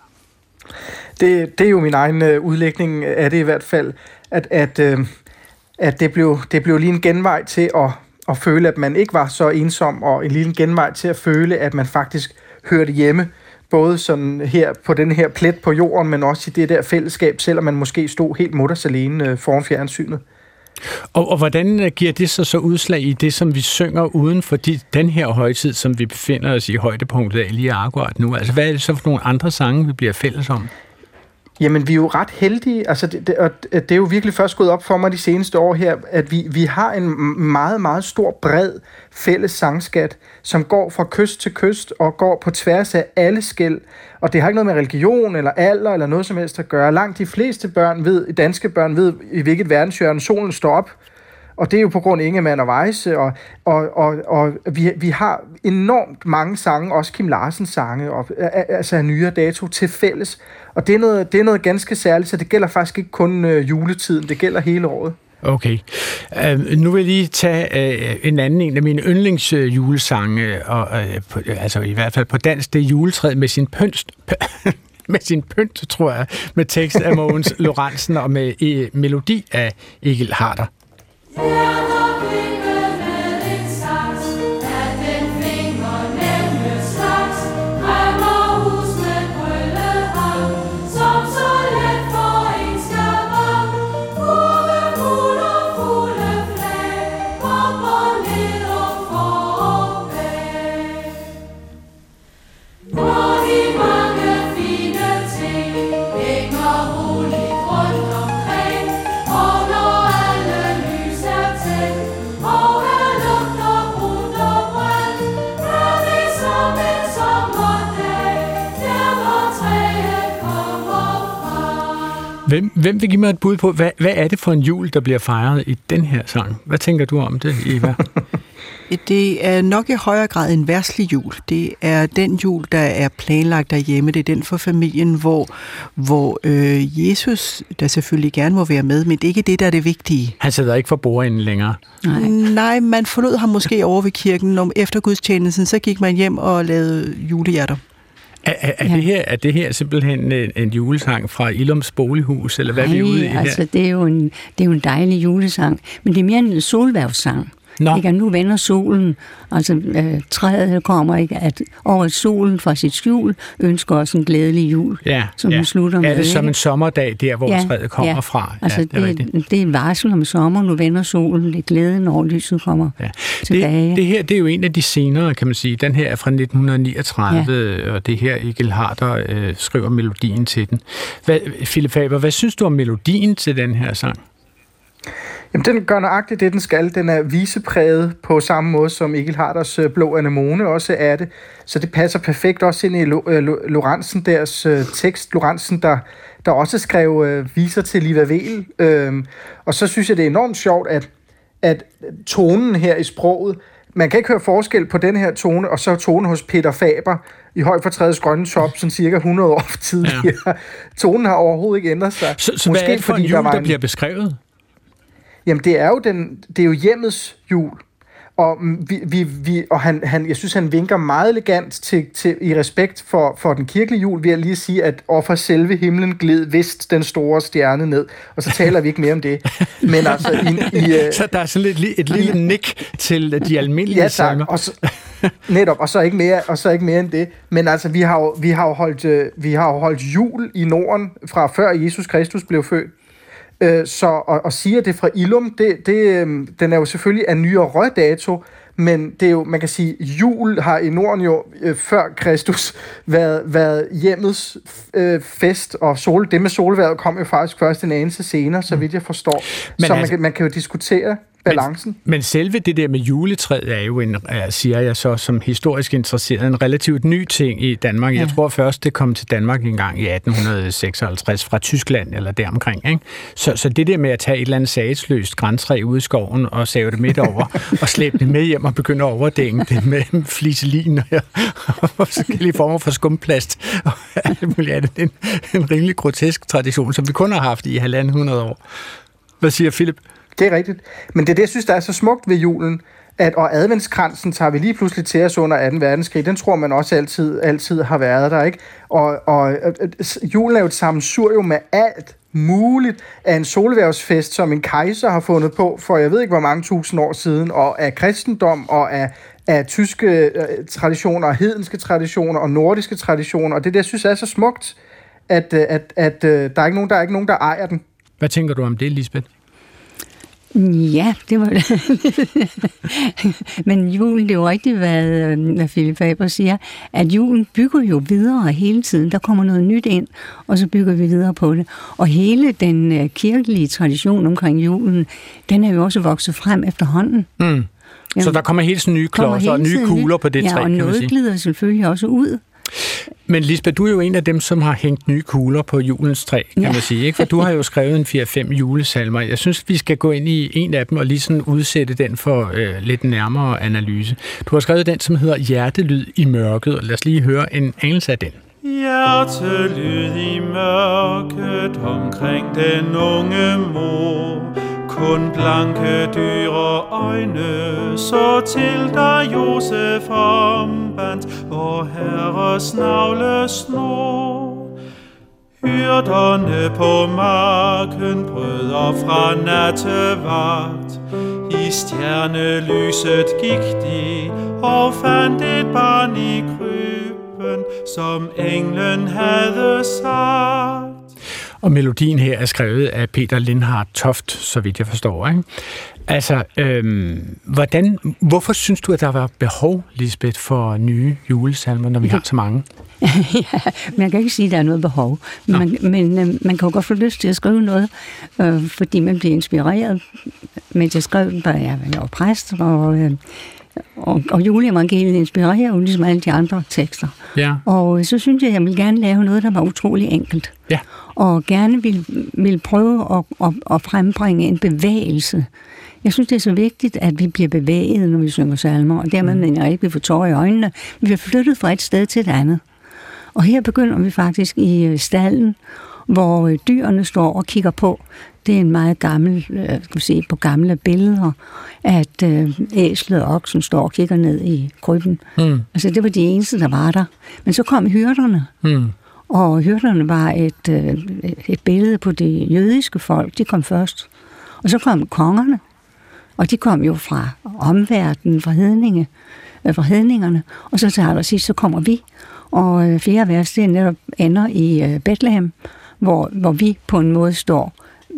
Det, det er jo min egen øh, udlægning af det i hvert fald, at, at, øh, at det, blev, det blev lige en genvej til at, at føle, at man ikke var så ensom, og en lille genvej til at føle, at man faktisk hørte hjemme, både sådan her på den her plet på jorden, men også i det der fællesskab, selvom man måske stod helt mutters alene foran fjernsynet. Og, og hvordan giver det så så udslag i det, som vi synger uden for de, den her højtid, som vi befinder os i højdepunktet af lige akkurat nu? Altså, hvad er det så for nogle andre sange, vi bliver fælles om? Jamen, vi er jo ret heldige, altså det, det, og det er jo virkelig først gået op for mig de seneste år her, at vi, vi har en meget, meget stor, bred fælles sangskat, som går fra kyst til kyst og går på tværs af alle skel. Og det har ikke noget med religion eller alder eller noget som helst at gøre. Langt de fleste børn ved, danske børn ved, i hvilket verdenshjørne solen står op. Og det er jo på grund af Ingemann og Weisse, og, og, og, og vi, vi har enormt mange sange, også Kim Larsens sange, og, altså af nyere dato, til fælles. Og det er, noget, det er noget ganske særligt, så det gælder faktisk ikke kun øh, juletiden, det gælder hele året. Okay. Uh, nu vil jeg lige tage uh, en anden en af mine yndlingsjulesange, og uh, på, altså i hvert fald på dansk, det er Juletræet med sin pønst. med sin pynt, tror jeg, med tekst af Mogens Lorentzen og med e, melodi af Egil Harder. Hvem, hvem vil give mig et bud på, hvad, hvad er det for en jul, der bliver fejret i den her sang? Hvad tænker du om det, Eva? Det er nok i højere grad en verdslig jul. Det er den jul, der er planlagt derhjemme. Det er den for familien, hvor, hvor øh, Jesus, der selvfølgelig gerne må være med, men det er ikke det, der er det vigtige. Han sidder ikke for bordenden længere. Nej. Nej, man forlod ham måske over ved kirken. Om efter gudstjenesten, så gik man hjem og lavede julehjerter. Er, er, er, ja. det her, er det her simpelthen en, en julesang fra Illums Bolighus, eller hvad Nej, er vi ude i her? altså det er, jo en, det er jo en dejlig julesang, men det er mere en solværvssang. Nå. Ikke, at nu vender solen, altså øh, træet kommer, ikke, at året solen fra sit skjul ønsker os en glædelig jul, ja, som ja. vi slutter med. Er det som en sommerdag, der hvor ja, træet kommer ja. fra? Altså ja, det, er det, det er en varsel om sommer, nu vender solen, det er glæden over lyset kommer ja. tilbage. Det, det her, det er jo en af de senere, kan man sige. Den her er fra nitten niogtredive, ja. og det her Egil Harder øh, skriver melodien til den. Hvad, Philip Faber, hvad synes du om melodien til den her sang? Jamen, den gør nøjagtigt det, den skal. Den er visepræget på samme måde, som Egil Harders Blå Anemone også er det. Så det passer perfekt også ind i Lorentzen deres øh, tekst. Lorentzen, der, der også skrev øh, viser til Liva Vel. Øhm, og så synes jeg, det er enormt sjovt, at, at tonen her i sproget, man kan ikke høre forskel på den her tone, og så tonen hos Peter Faber i Høj for træets grønne top, sådan cirka hundrede år tidligere. Ja. Tonen har overhovedet ikke ændret sig. Så, så Måske, hvad er det for en jul, der, der en... bliver beskrevet? Jamen, det er jo, den, det er jo hjemmets jul. Og, vi, vi, vi, og han, han, jeg synes, han vinker meget elegant til, til, i respekt for, for den kirkelige jul, ved at lige sige, at offer selve himlen gled vist den store stjerne ned. Og så taler vi ikke mere om det. Men altså, i, i, så der er sådan et, et lille nik til de almindelige ja, salmer. Og så, netop, og så ikke mere, og så ikke mere end det. Men altså, vi har jo, vi har jo holdt, vi har jo holdt jul i Norden fra før Jesus Kristus blev født. Så at, at sige, at det er fra Illum, det, det, den er jo selvfølgelig af nyere dato, men det er jo, man kan sige, jul har i Norden jo øh, før Kristus været, været hjemmets øh, fest, og sol, det med solvejret kom jo faktisk først en anelse senere, så vidt jeg forstår. Men så altså, man, kan, man kan jo diskutere balancen. Men, men selve det der med juletræet er jo en, siger jeg så som historisk interesseret, en relativt ny ting i Danmark. Ja. Jeg tror først, det kom til Danmark engang i atten seksoghalvtreds fra Tyskland eller deromkring. Ikke? Så, så det der med at tage et eller andet sagsløst græntræ ude i skoven og save det midt over og slæbe det med hjem og begynde at overdænge det med fliselin og, og forskellige former for skumplast og alt muligt andet. En, en rimelig grotesk tradition, som vi kun har haft i halvanden hundrede år. Hvad siger Philip? Det er rigtigt. Men det er det, jeg synes, der er så smukt ved julen, at og adventskransen tager vi lige pludselig til os under anden verdenskrig. Den tror man også altid, altid har været der, ikke? Og, og julen er jo et sammensurium med alt muligt af en solværvsfest, som en kejser har fundet på for jeg ved ikke hvor mange tusind år siden, og af kristendom og af, af tyske øh, traditioner, og hedenske traditioner og nordiske traditioner. Og det der synes jeg er så smukt, at, at, at, at der er ikke nogen, der er ikke nogen, der ejer den. Hvad tænker du om det, Lisbeth? Ja, det var men julen, det er jo rigtigt, hvad, hvad Philip Faber siger, at julen bygger jo videre hele tiden. Der kommer noget nyt ind, og så bygger vi videre på det. Og hele den kirkelige tradition omkring julen, den er jo også vokset frem efterhånden. Mm. Så der kommer hele tiden nye klodser og nye kugler på det ja, træ, og kan man sige. noget glider selvfølgelig også ud. Men Lisbeth, du er jo en af dem, som har hængt nye kugler på julens træ, kan ja. man sige. Ikke? For du har jo skrevet en fire fem julesalmer. Jeg synes, vi skal gå ind i en af dem og lige sådan udsætte den for øh, lidt nærmere analyse. Du har skrevet den, som hedder Hjertelyd i mørket. Lad os lige høre en anelse af den. Hjertelyd i mørket omkring den unge mor. Kun blanke dyre øjne så til dig Josef ombandt, vor Herres navle snor. Hyrderne på marken brøder fra nattevagt. I stjernelyset gik de og fandt et barn i kryben, som englen havde sagt. Og melodien her er skrevet af Peter Lindhardt Toft, så vidt jeg forstår, ikke? Altså, øhm, hvordan, hvorfor synes du, at der var behov, Lisbeth, for nye julesalmer, når vi har så mange? Ja, man kan ikke sige, at der er noget behov. Man, men øh, man kan jo godt få lyst til at skrive noget, øh, fordi man bliver inspireret. Mens jeg skrev den, der jeg var præst, og, øh, og, og juleevangeliet inspirerer jo ligesom alle de andre tekster. Ja. Og så synes jeg, at jeg ville gerne lave noget, der var utrolig enkelt. Ja. Og gerne ville, ville prøve at, at, at frembringe en bevægelse. Jeg synes, det er så vigtigt, at vi bliver bevæget, når vi synger salmer, og dermed mener jeg ikke, at vi får tårer i øjnene. Vi bliver flyttet fra et sted til et andet. Og her begynder vi faktisk i stallen, hvor dyrene står og kigger på. Det er en meget gammel, skal vi se på gamle billeder, at æslet og oksen står og kigger ned i krybben. Mm. Altså det var de eneste, der var der. Men så kom hyrderne. Mm. Og hyrderne var et, et billede på det jødiske folk. De kom først. Og så kom kongerne, Og de kom jo fra omverdenen, fra, hedninge, øh, fra hedningerne, og så til allersidst, så kommer vi. Og øh, fjerde vers, det netop ender i øh, Bethlehem, hvor, hvor vi på en måde står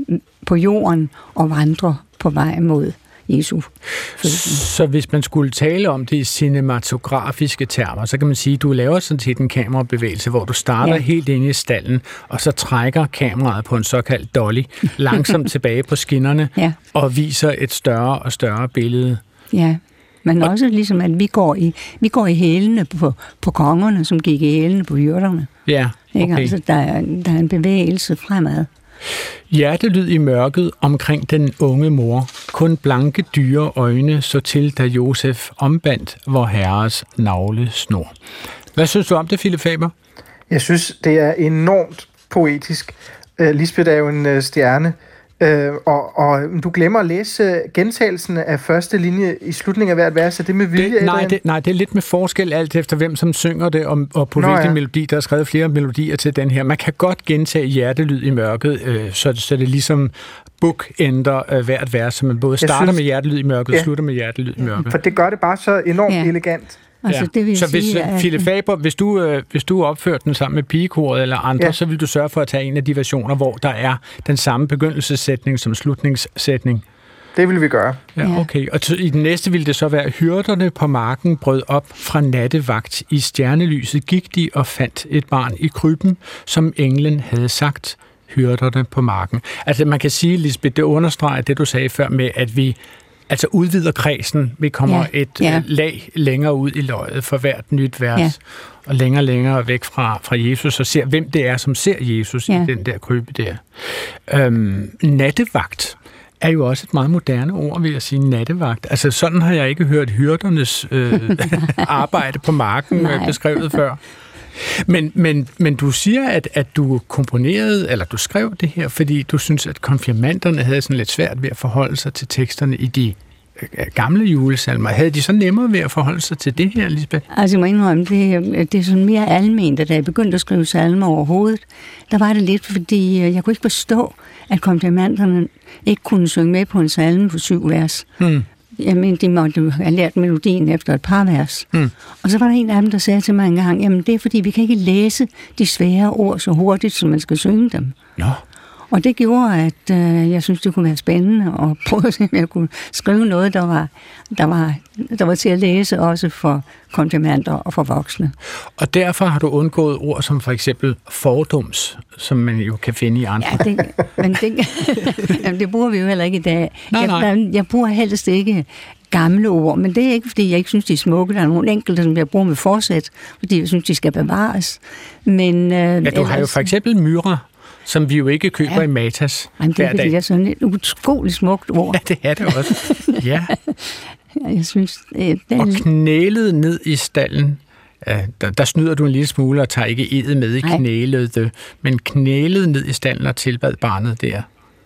på jorden og vandrer på vej mod Jesu fødsel. Så hvis man skulle tale om det i cinematografiske termer, så kan man sige, at du laver sådan set en kamerabevægelse, hvor du starter ja. helt inde i stallen, og så trækker kameraet på en såkaldt dolly langsomt tilbage på skinnerne, ja. og viser et større og større billede. Ja, men og også ligesom, at vi går i, vi går i hælene på, på kongerne, som gik i hælene på hyrderne. Ja, okay. Altså, der er, der er en bevægelse fremad. Hjertelyd i mørket omkring den unge mor. Kun blanke dyre øjne så til, da Josef ombandt vor herres navle snor. Hvad synes du om det, Philip Faber? Jeg synes, det er enormt poetisk. Uh, Lisbeth er jo en uh, stjerne, uh, og, og du glemmer at læse gentagelsen af første linje i slutningen af hvert vers. Er det med vilje? Det, nej, det, nej, det er lidt med forskel alt efter, hvem som synger det, og, og på Nå, hvilken ja. melodi. Der er skrevet flere melodier til den her. Man kan godt gentage hjertelyd i mørket, øh, så, så det ligesom bookender øh, hvert vers, så man både starter synes, med hjertelyd i mørket ja. og slutter med hjertelyd i mørket. For det gør det bare så enormt ja. elegant. Altså, ja. det vil så hvis, sige, Philip Faber, hvis du, øh, hvis du opførte den sammen med pigekoret eller andre, ja. så vil du sørge for at tage en af de versioner, hvor der er den samme begyndelsessætning som slutningssætning. Det vil vi gøre. Ja, okay. Og t- i den næste ville det så være, hyrderne på marken brød op fra nattevagt. I stjernelyset gik de og fandt et barn i krybben, som englen havde sagt, hyrderne på marken. Altså man kan sige, Lisbeth, det understreger det, du sagde før med, at vi altså udvider kredsen. Vi kommer ja, et ja. lag længere ud i løjet for hvert nyt vers, ja. og længere længere væk fra, fra Jesus, og ser, hvem det er, som ser Jesus ja. i den der krybbe der. Øhm, nattevagt er jo også et meget moderne ord, vil jeg sige, nattevagt. Altså sådan har jeg ikke hørt hyrdernes øh, arbejde på marken øh, beskrevet før. Men, men, men du siger, at, at du komponerede, eller du skrev det her, fordi du synes, at konfirmanderne havde sådan lidt svært ved at forholde sig til teksterne i de gamle julesalmer. Havde de så nemmere ved at forholde sig til det her, Lisbeth? Altså, jeg må indrømme, det, det er sådan mere alment, at da jeg begyndte at skrive salmer overhovedet, der var det lidt, fordi jeg kunne ikke forstå, at konfirmanderne ikke kunne synge med på en salme på syv vers. Hmm. Jamen, de måtte jo have lært melodien efter et par vers. Mm. Og så var der en af dem, der sagde til mig en gang, jamen det er fordi, vi kan ikke læse de svære ord så hurtigt, som man skal synge dem. Nå. Og det gjorde, at øh, jeg synes, det kunne være spændende at prøve at se, om jeg kunne skrive noget, der var, der var, der var til at læse også for konfirmander og for voksne. Og derfor har du undgået ord som for eksempel fordums, som man jo kan finde i andre. Ja, det, men det, jamen, det bruger vi jo heller ikke i dag. Nej, nej. Jeg, jeg bruger helst ikke gamle ord, men det er ikke, fordi jeg ikke synes, de er smukke. Der er nogle enkelte, som jeg bruger med forsæt, fordi jeg synes, de skal bevares. Men, øh, ja, du ellers, har jo for eksempel myra, som vi jo ikke køber ja. i Matas Jamen, det er, hver dag. Det er sådan et utroligt smukt ord. Ja, det er det også. Ja. Jeg synes, det er... Og knælet ned i stallen, ja, der, der snyder du en lille smule og tager ikke edet med i knælet, men knælet ned i stallen og tilbad barnet der.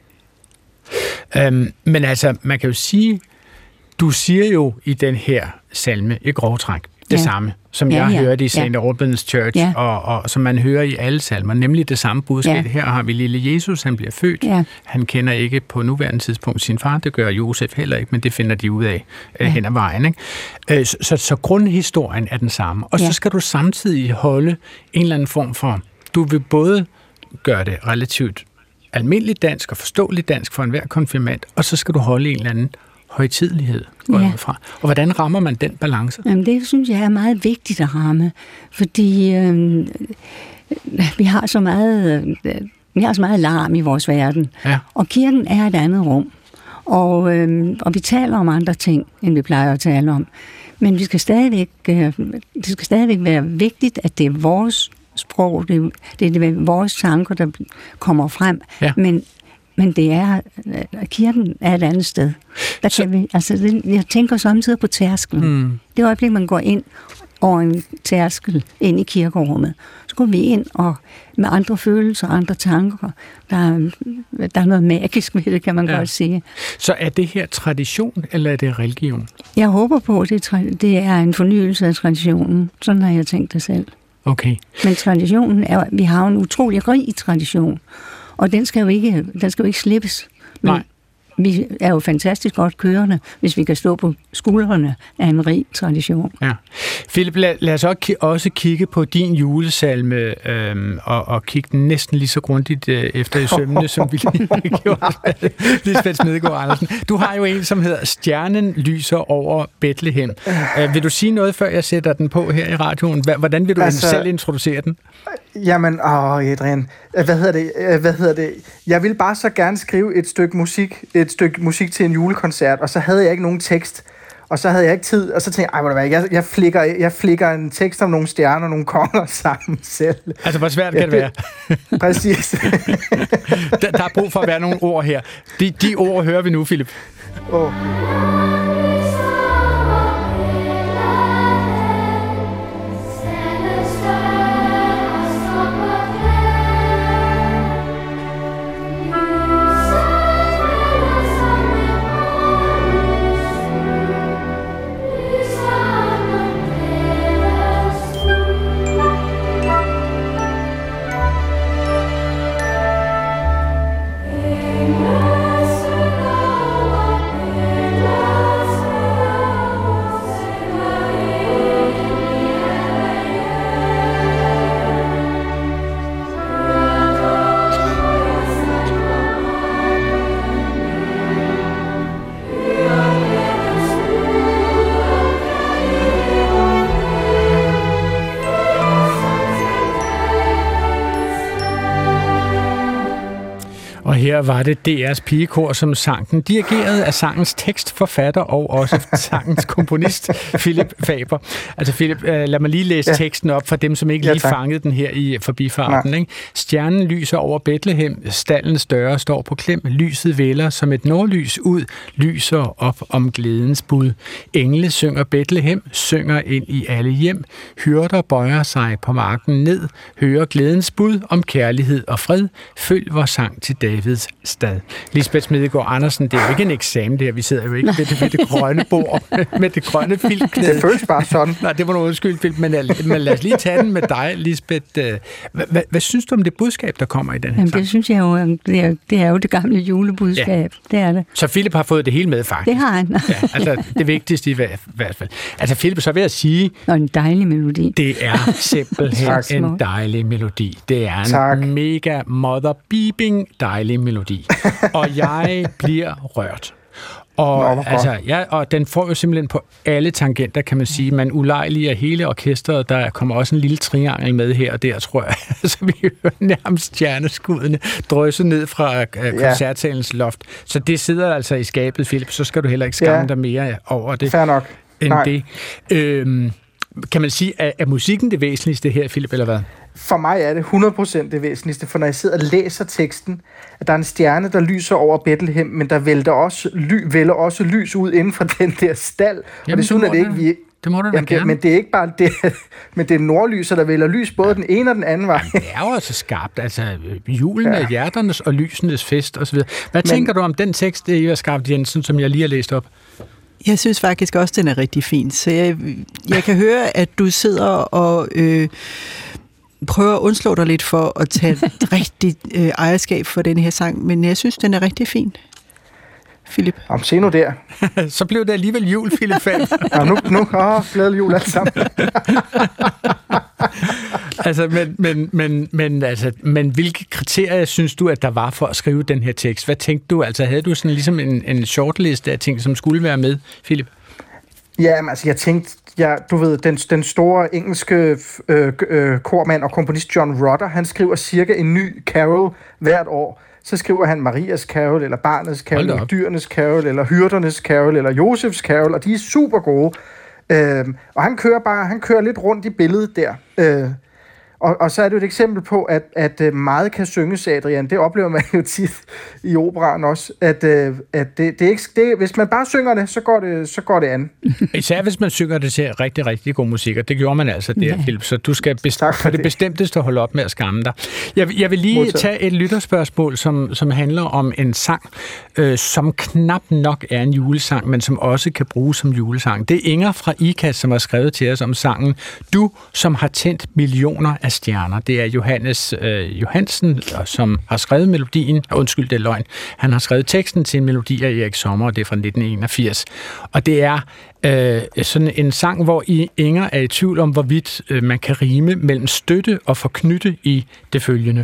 Øhm, men altså, man kan jo sige, du siger jo i den her salme i grove træk det ja. samme, som ja, jeg ja. hørte i Saint Ja. Albans Church, ja. og, og som man hører i alle salmer, nemlig det samme budskab. Ja. Her har vi lille Jesus, han bliver født. Ja. Han kender ikke på nuværende tidspunkt sin far, det gør Josef heller ikke, men det finder de ud af ja. hen ad vejen. Ikke? Så, så, så grundhistorien er den samme. Og ja. så skal du samtidig holde en eller anden form for, du vil både gøre det relativt almindeligt dansk og forståeligt dansk for enhver konfirmand, og så skal du holde en eller anden højtidelighed ja. fra. Og hvordan rammer man den balance? Jamen, det synes jeg er meget vigtigt at ramme, fordi øh, vi har så meget øh, vi har så meget larm i vores verden, ja. og kirken er et andet rum, og, øh, og vi taler om andre ting, end vi plejer at tale om. Men vi skal stadigvæk, øh, det skal stadigvæk være vigtigt, at det er vores sprog, det, det er vores tanker, der kommer frem, ja. men Men det er, kirken er et andet sted. Der kan vi, altså, det, jeg tænker samtidig på tærskelen. Mm. Det øjeblik, man går ind over en tærskel ind i kirkerummet, så går vi ind og med andre følelser, andre tanker. Der, der er noget magisk ved det, kan man ja. godt sige. Så er det her tradition, eller er det religion? Jeg håber på, at det, det er en fornyelse af traditionen. Sådan har jeg tænkt det selv. Okay. Men traditionen er, vi har en utrolig rig tradition. Og den skal jo ikke, den skal jo ikke slippes. Men, Nej. vi er jo fantastisk godt kørende, hvis vi kan stå på skuldrene af en rig tradition. Ja. Philip, lad, lad os også kigge på din julesalme, øhm, og, og kigge den næsten lige så grundigt øh, efter i sømmene, som vi lige gjorde. Lisbeth Smedegaard Andersen. Du har jo en, som hedder Stjernen lyser over Bethlehem. Øh, vil du sige noget, før jeg sætter den på her i radioen? Hvordan vil du altså, selv introducere den? Jamen, åh, Adrian, hvad hedder det? Hvad hedder det? Jeg ville bare så gerne skrive et stykke musik, et stykke musik til en julekoncert, og så havde jeg ikke nogen tekst, og så havde jeg ikke tid, og så tænkte jeg, ej, hvad jeg, jeg, flikker, jeg flikker en tekst om nogle stjerner og nogle konger sammen selv. Altså, hvor svært kan ja, det være? Præcis. der, der er brug for at være nogle ord her. De, de ord hører vi nu, Philip. Åh. Oh. Her var det D R's pigekor, som sang den, dirigeret af sangens tekstforfatter og også sangens komponist, Philip Faber. Altså Philip, lad mig lige læse ja. teksten op for dem, som ikke lige ja, fangede den her i forbifarten. Ikke? Stjernen lyser over Bethlehem, stallens døre står på klem, lyset vælder som et nordlys ud, lyser op om glædens bud. Engle synger Bethlehem, synger ind i alle hjem, hyrder bøjer sig på marken ned, hører glædens bud om kærlighed og fred, følg vor sang til Davids stad. Lisbeth Smedegaard Andersen, det er jo ikke en eksamen der, vi sidder jo ikke ved det, ved det grønne bord, med det grønne filtklæde. Det føles bare sådan. Nej, det var noget undskyld, Philip, men, men lad os lige tage den med dig, Lisbeth. Hvad, hvad synes du om det budskab, der kommer i den her Jamen, sang? det synes jeg jo, det er, det er jo det gamle julebudskab. Ja. Det er det. Så Philip har fået det hele med, faktisk. Det har han. Ja, altså det vigtigste i hvert fald. Altså Philip, så vil jeg sige... Og en dejlig melodi. Det er simpelthen en dejlig melodi. Det er en tak. mega mother beeping dejlig melodi. Og jeg bliver rørt. Og, Nå, altså, ja, og den får jo simpelthen på alle tangenter, kan man sige. Man ulejliger hele orkestret. Der kommer også en lille triangel med her og der, tror jeg. Så vi hører nærmest stjerneskuddene drøse ned fra koncertsalens loft. Så det sidder altså i skabet, Philip. Så skal du heller ikke skamme ja. dig mere over det. Fair nok. End Nej. det. Øhm, kan man sige, er, er musikken det væsentligste her, Philip, eller hvad? For mig er det hundrede procent det væsentligste, for når jeg sidder og læser teksten, at der er en stjerne, der lyser over Bethlehem, men der vælter også, ly, vælter også lys ud inden for den der stald. Jamen, og desuden er det ikke... Vi, det må du da gerne. Men det er ikke bare det, men det er nordlyser, der vælter lys både ja. den ene og den anden vej. Jamen, det er jo altså skarpt. Altså, julen ja. er hjerternes og lysenes fest osv. Hvad men, tænker du om den tekst, Eva Skarpt Jensen, som jeg lige har læst op? Jeg synes faktisk også, den er rigtig fin. Så jeg, jeg kan høre, at du sidder og øh, prøver at undslå dig lidt for at tage rigtig øh, ejerskab for den her sang, men jeg synes, den er rigtig fin. Philip. Om se nu der. Så blev det alligevel jul, Philip Faber. Ja, nu, nu åh, glædelig jul alt sammen. altså, men, men, men, men, altså, men hvilke kriterier synes du, at der var for at skrive den her tekst? Hvad tænkte du? Altså, havde du sådan ligesom en, en shortlist af ting, som skulle være med, Philip? Ja, men, altså, jeg tænkte, ja, du ved, den, den store engelske øh, øh, kormand og komponist John Rutter, han skriver cirka en ny carol hvert år. Så skriver han Marias carol, eller Barnets carol, eller Dyrenes carol, eller Hyrdernes carol, eller Josefs carol, og de er super gode. Øh, og han kører bare, han kører lidt rundt i billedet der. Øh, og, og så er det jo et eksempel på, at, at meget kan synges, Adrian. Det oplever man jo tit i operaen også, at, at det, det er ikke, det, hvis man bare synger det, så går det, så går det an. Især hvis man synger det til rigtig, rigtig god musik, og det gjorde man altså der, ja. Philip. Så du skal best- for det bestemteste holde op med at skamme dig. Jeg, jeg vil lige Modtaget. tage et lytterspørgsmål, som, som handler om en sang, øh, som knap nok er en julesang, men som også kan bruges som julesang. Det er Inger fra I K A S, som har skrevet til os om sangen Du, som har tændt millioner af af stjerner. Det er Johannes øh, Johansen, som har skrevet melodien. Undskyld, det er løgn. Han har skrevet teksten til en melodi af Erik Sommer, og det er fra nitten enogfirs. Og det er øh, sådan en sang, hvor I Inger er i tvivl om, hvorvidt øh, man kan rime mellem støtte og forknytte i det følgende.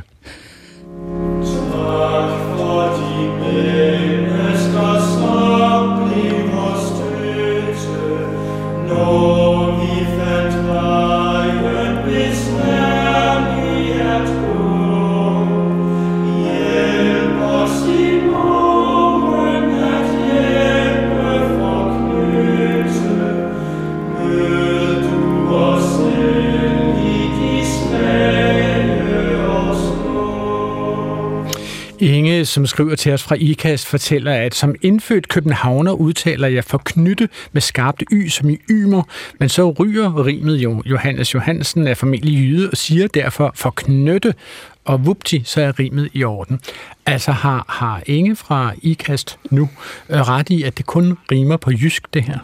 Inge, som skriver til os fra IKAST, fortæller, at som indfødt københavner udtaler jeg forknytte med skarpt y som i ymer, men så ryger rimet jo Johannes Johansen er familie jyde og siger derfor forknytte, og vupti, så er rimet i orden. Altså har, har Inge fra IKAST nu ret i, at det kun rimer på jysk, det her?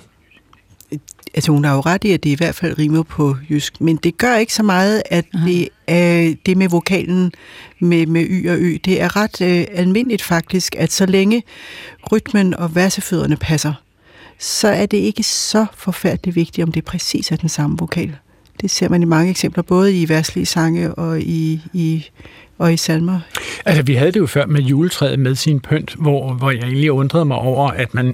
Altså hun har jo ret i, at det i hvert fald rimer på jysk, men det gør ikke så meget, at det, øh, det med vokalen med, med y og ø, det er ret øh, almindeligt faktisk, at så længe rytmen og versefødderne passer, så er det ikke så forfærdeligt vigtigt, om det præcis er den samme vokal. Det ser man i mange eksempler, både i verslige sange og i, i, og i salmer. Altså vi havde det jo før med juletræet med sin pynt, hvor, hvor jeg egentlig undrede mig over, at man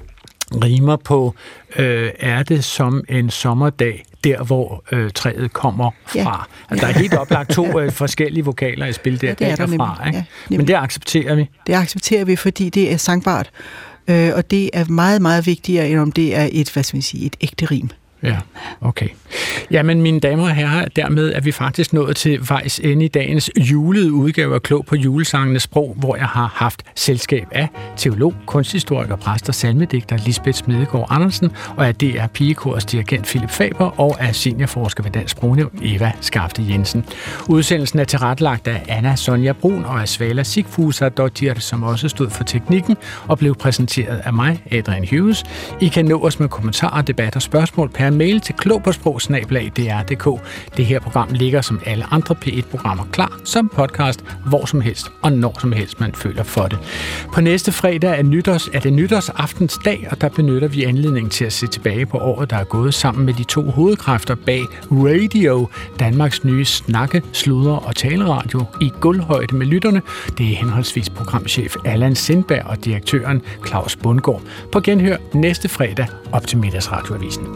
rimer på, øh, er det som en sommerdag, der hvor øh, træet kommer fra. Ja. Altså, der er helt oplagt to øh, forskellige vokaler i spil der, ja, det er der derfra. Ikke? Ja, men det accepterer vi. Det accepterer vi, fordi det er sangbart, øh, og det er meget, meget vigtigere, end om det er et, hvad skal man sige, et ægte rim. Ja, okay. Jamen, mine damer og herrer, dermed er vi faktisk nået til vejs ende i dagens julede udgave af Klog på julesangenes sprog, hvor jeg har haft selskab af teolog, kunsthistoriker, præst og salmedigter Lisbeth Smedegaard Andersen, og af D R Pigekorets dirigent Philip Faber, og af seniorforsker ved Dansk Sprognævn Eva Skafte Jensen. Udsendelsen er tilrettelagt af Anna Sonja Brun og af Svala Sigfusa-Dottir, som også stod for teknikken, og blev præsenteret af mig, Adrian Hughes. I kan nå os med kommentarer, debatter og spørgsmål per mail til klogpåsprog snabel-a d r punktum d k. Det her program ligger som alle andre P et programmer klar som podcast, hvor som helst og når som helst man føler for det. På næste fredag er, nytårs, er det nytårsaftens dag, og der benytter vi anledningen til at se tilbage på året, der er gået sammen med de to hovedkræfter bag Radio, Danmarks nye snakke, sludre og taleradio i guldhøjde med lytterne. Det er henholdsvis programchef Allan Sindberg og direktøren Claus Bundgaard. På genhør næste fredag op til Middagsradioavisen.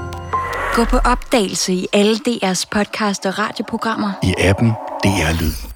Gå på opdagelse i alle D R's podcast og radioprogrammer. I appen D R Lyd.